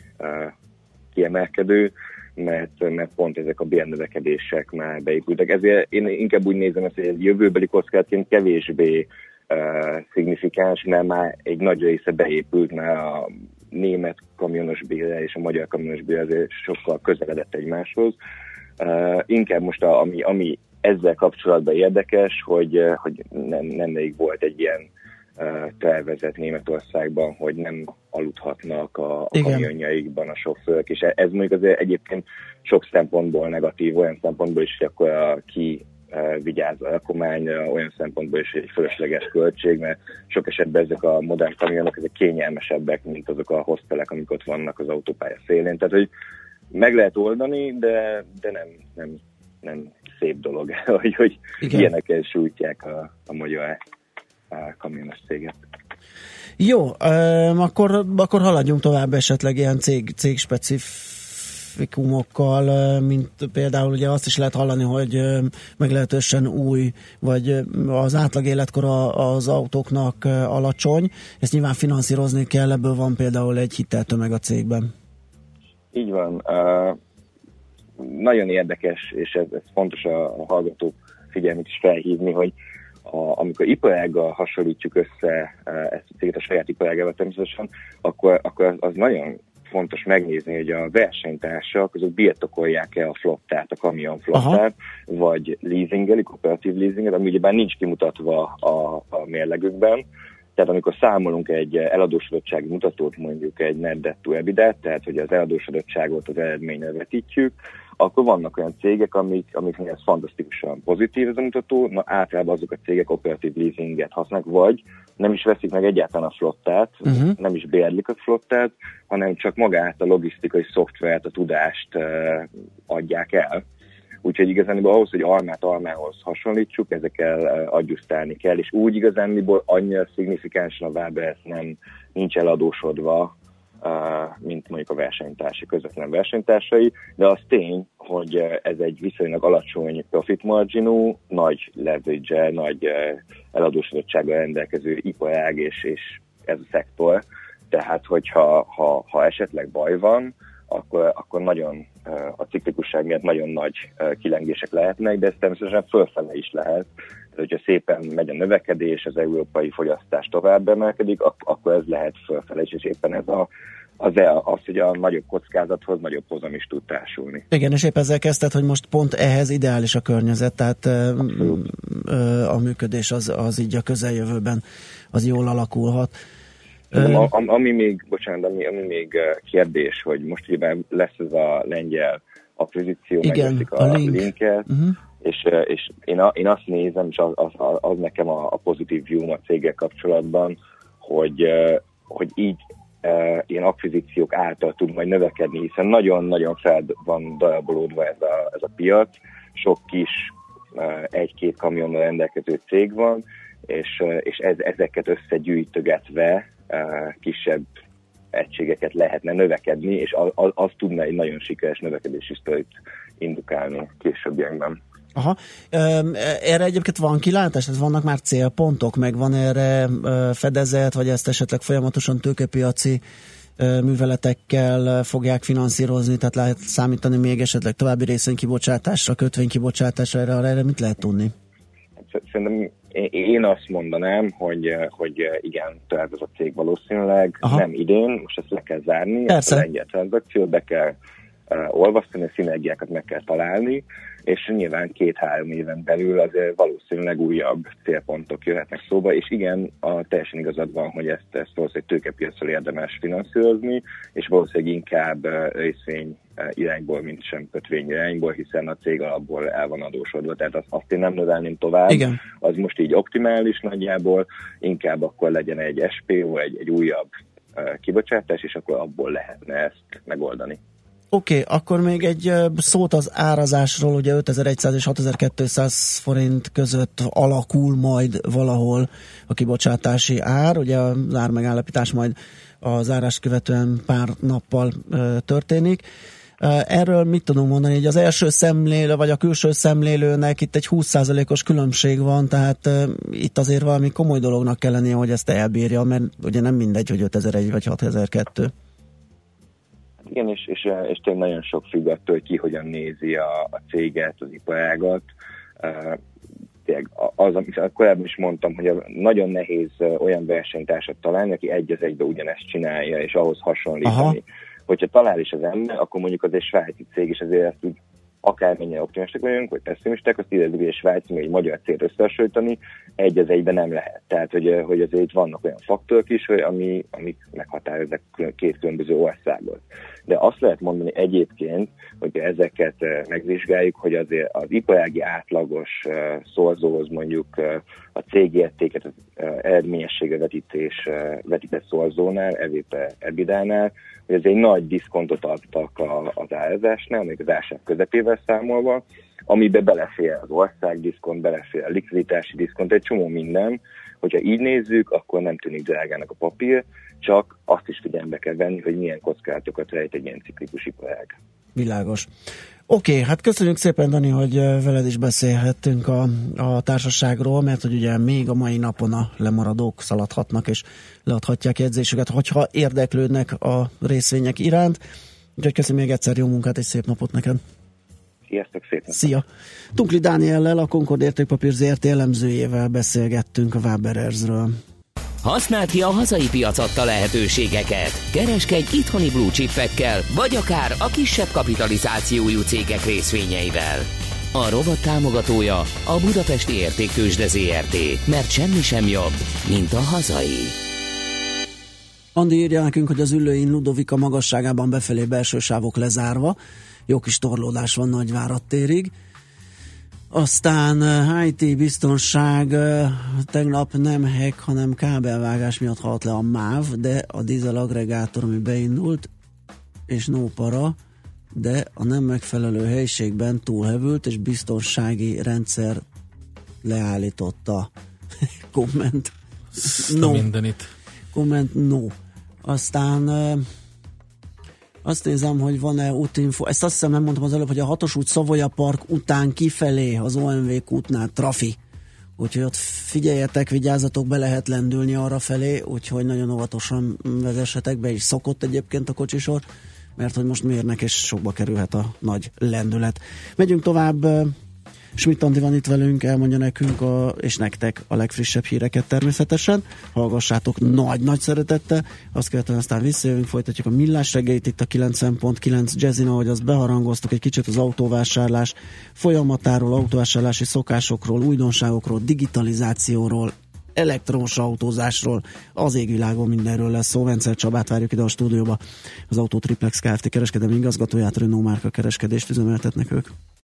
kiemelkedő, mert, mert pont ezek a bérnövekedések már beépültek. Ezért én inkább úgy nézem ezt, hogy ez jövőbeli kockázatként kevésbé uh, szignifikáns, mert már egy nagy része beépült, mert a német kamionos bére és a magyar kamionos bére azért sokkal közeledett egymáshoz. Uh, inkább most, a, ami, ami ezzel kapcsolatban érdekes, hogy, uh, hogy nem, nem még volt egy ilyen uh, tervezet Németországban, hogy nem aludhatnak a, a kamionjaikban a sofőrök, és ez még azért egyébként sok szempontból negatív, olyan szempontból is, hogy akkor a, ki uh, vigyáz a rakományra, olyan szempontból is egy fölösleges költség, mert sok esetben ezek a modern kamionok ezek kényelmesebbek, mint azok a hostelek, amik ott vannak az autópálya szélén. Tehát, hogy meg lehet oldani, de, de nem, nem, nem szép dolog, hogy, hogy ilyenekkel sújtják a, a magyar a kamionos céget. Jó, um, akkor, akkor haladjunk tovább esetleg ilyen cég, cégspecifikumokkal, mint például ugye azt is lehet hallani, hogy meglehetősen új, vagy az átlag életkor az autóknak alacsony. Ezt nyilván finanszírozni kell, ebből van például egy hiteltömeg a cégben. Így van. Uh, nagyon érdekes, és ez, ez fontos a, a hallgatók figyelmét is felhívni, hogy a, amikor iparággal hasonlítjuk össze ezt a céget a saját iparágával természetesen, akkor, akkor az, az nagyon fontos megnézni, hogy a versenytársak azok birtokolják-e a flottát, a kamion flottát, aha, vagy leasingelik, operatív leasinget, ami ugyebár nincs kimutatva a, a mérlegükben. Tehát amikor számolunk egy eladósodottsági mutatót, mondjuk egy net debt to EBITDA, tehát hogy az eladósodottságot az eredményre vetítjük, akkor vannak olyan cégek, amik, amiknél ez fantasztikusan pozitív ez a mutató, na általában azok a cégek operatív leasinget használnak, vagy nem is veszik meg egyáltalán a flottát, uh-huh. nem is bérlik a flottát, hanem csak magát a logisztikai szoftvert, a tudást uh, adják el. Úgyhogy igazániból ahhoz, hogy almát almához hasonlítsuk, ezekkel adjusztálni kell, és úgy igazániból annyira szignifikánsan a Waberers nem nincs eladósodva, mint mondjuk a versenytársai, közvetlen versenytársai, de az tény, hogy ez egy viszonylag alacsony profit marginú, nagy leverage-el, nagy eladósodottsággal rendelkező iparág és, és ez a szektor. Tehát, hogyha ha, ha esetleg baj van, akkor, akkor nagyon a ciklikusság miatt nagyon nagy kilengések lehetnek, de ez természetesen fölfele is lehet. Tehát, hogyha szépen megy a növekedés, az európai fogyasztás tovább emelkedik, akkor ez lehet fölfele is, és éppen ez a az, az, hogy a nagyobb kockázathoz nagyobb hozam is tud társulni. Igen, és épp ezzel kezdted, hogy most pont ehhez ideális a környezet, tehát Abszolút. a működés az, az így a közeljövőben az jól alakulhat. A, a, ami még, bocsánat, ami, ami még kérdés, hogy most ugye lesz ez a lengyel akvizíció, megveszik a, a link. linket, uh-huh. és, és én, a, én azt nézem, és az, az, az nekem a, a pozitív view a céggel kapcsolatban, hogy, hogy így Uh, ilyen akvizíciók által tud majd növekedni, hiszen nagyon-nagyon fel van darabolódva ez a, ez a piac, sok kis uh, egy-két kamionnal rendelkező cég van, és, uh, és ez, ezeket összegyűjtögetve uh, kisebb egységeket lehetne növekedni, és az, az, az tudna egy nagyon sikeres növekedési sztorit indukálni későbbiekben. Aha. Erre egyébként van kilátás? Tehát vannak már célpontok, meg van erre fedezet, vagy ezt esetleg folyamatosan tőkepiaci műveletekkel fogják finanszírozni, tehát lehet számítani még esetleg további részvénykibocsátásra, kötvénykibocsátásra, erre, erre mit lehet tudni? Szerintem én azt mondanám, hogy, hogy igen, tehát ez a cég valószínűleg Aha. nem idén, most ezt le kell zárni, ezt a lengyel tranzakciót be kell uh, olvasztani, a szinergiákat meg kell találni, és nyilván két-három éven belül azért valószínűleg újabb célpontok jöhetnek szóba, és igen, a teljesen igazad van, hogy ezt, ezt valószínűleg tőkepiacról érdemes finanszírozni, és valószínűleg inkább részvény irányból, mint sem kötvény irányból, hiszen a cég alapból el van adósodva, tehát azt, azt én nem növelném tovább, igen. Az most így optimális nagyjából, inkább akkor legyen egy es pé o, egy, egy újabb kibocsátás, és akkor abból lehetne ezt megoldani. Oké, okay, akkor még egy szót az árazásról, ugye ötezer-száz és hatezer-kétszáz forint között alakul majd valahol a kibocsátási ár, ugye az ármegállapítás majd az zárást követően pár nappal ö, történik. Erről mit tudunk mondani, hogy az első szemlélő, vagy a külső szemlélőnek itt egy húsz százalékos különbség van, tehát uh, itt azért valami komoly dolognak kell lennie, hogy ezt elbírja, mert ugye nem mindegy, hogy ötezer-egy vagy hatezer-kettő. Igen, és, és, és tényleg nagyon sok függ attól, hogy ki hogyan nézi a, a céget, az iparágat. Uh, tényleg az, amit korábban is mondtam, hogy nagyon nehéz olyan versenytársat találni, aki egy az egybe ugyanezt csinálja, és ahhoz hasonlítani. Aha. Hogyha talál is az ember, akkor mondjuk az egy svájci cég, és azért ezt úgy akármennyire optimisták vagyunk, vagy pessimisták, azt írjuk, hogy egy svájci, meg egy magyar célt összehasonlítani, egy az egyben nem lehet. Tehát, hogy, hogy azért itt vannak olyan faktorok is, hogy ami, amik meghatározzák két különböző országot. De azt lehet mondani egyébként, hogy ezeket megvizsgáljuk, hogy azért az iparági átlagos szorzóhoz mondjuk a cégértéket, az eredményessége vetítés, vetített szorzónál, ebidánál, hogy ez egy nagy diszkontot adtak az árazásnál, még az árság közepével számolva, amiben belefér az ország diszkont, belefér a likviditási diszkont, egy csomó minden. Hogyha így nézzük, akkor nem tűnik drágának a papír, csak azt is figyelembe kell venni, hogy milyen kockázatokat rejt egy ilyen ciklikus iparág. Világos. Oké, okay, hát köszönjük szépen, Dani, hogy veled is beszélhettünk a, a társaságról, mert hogy ugye még a mai napon a lemaradók szaladhatnak és leadhatják jegyzésüket, hogyha érdeklődnek a részvények iránt. Úgyhogy köszönöm még egyszer, jó munkát és szép napot neked. Sziasztok, szép napot. Szia. Tunkli Dániellel, a Concord Értékpapír zé er té elemzőjével beszélgettünk a Waberersről. Használd ki a hazai piac adta lehetőségeket. Kereskedj itthoni blue chipekkel, vagy akár a kisebb kapitalizációjú cégek részvényeivel. A rovat támogatója a Budapesti Értéktőzsde zé er té, mert semmi sem jobb, mint a hazai. Andi írja nekünk, hogy az Üllőin Ludovika magasságában befelé belső sávok lezárva, jó kis torlódás van Nagyvárad térig. Aztán há té biztonság, tegnap nem hack, hanem kábelvágás miatt halt le a MÁV, de a dízel aggregátor, ami beindult, és no para, de a nem megfelelő helyiségben túlhevült, és biztonsági rendszer leállította. Komment. No. Mindenit. Komment no. Aztán azt nézem, hogy van-e útinfo. Ezt azt hiszem nem mondtam az előbb, hogy a hatos út Savoya Park után kifelé az o em vé kútnál trafi. Úgyhogy ott figyeljetek, vigyázzatok, be lehet lendülni arra felé, úgyhogy nagyon óvatosan vezessetek be, is szokott egyébként a kocsisor, mert hogy most mérnek, és sokba kerülhet a nagy lendület. Megyünk tovább, Schmidt Andi van itt velünk, elmondja nekünk, a, és nektek a legfrissebb híreket természetesen. Hallgassátok nagy-nagy szeretettel, azt követően aztán visszajövünk, folytatjuk a Millás reggelit itt a kilencven pont kilenc Jazzin, ahogy azt beharangoztuk egy kicsit az autóvásárlás folyamatáról, autóvásárlási szokásokról, újdonságokról, digitalizációról, elektromos autózásról, az égvilágon mindenről lesz szó. Vencel Csabát várjuk ide a stúdióba, az Autotriplex Kft. Kereskedelmi igazgatóját, Renault márka kereskedést üzemeltetnek ők.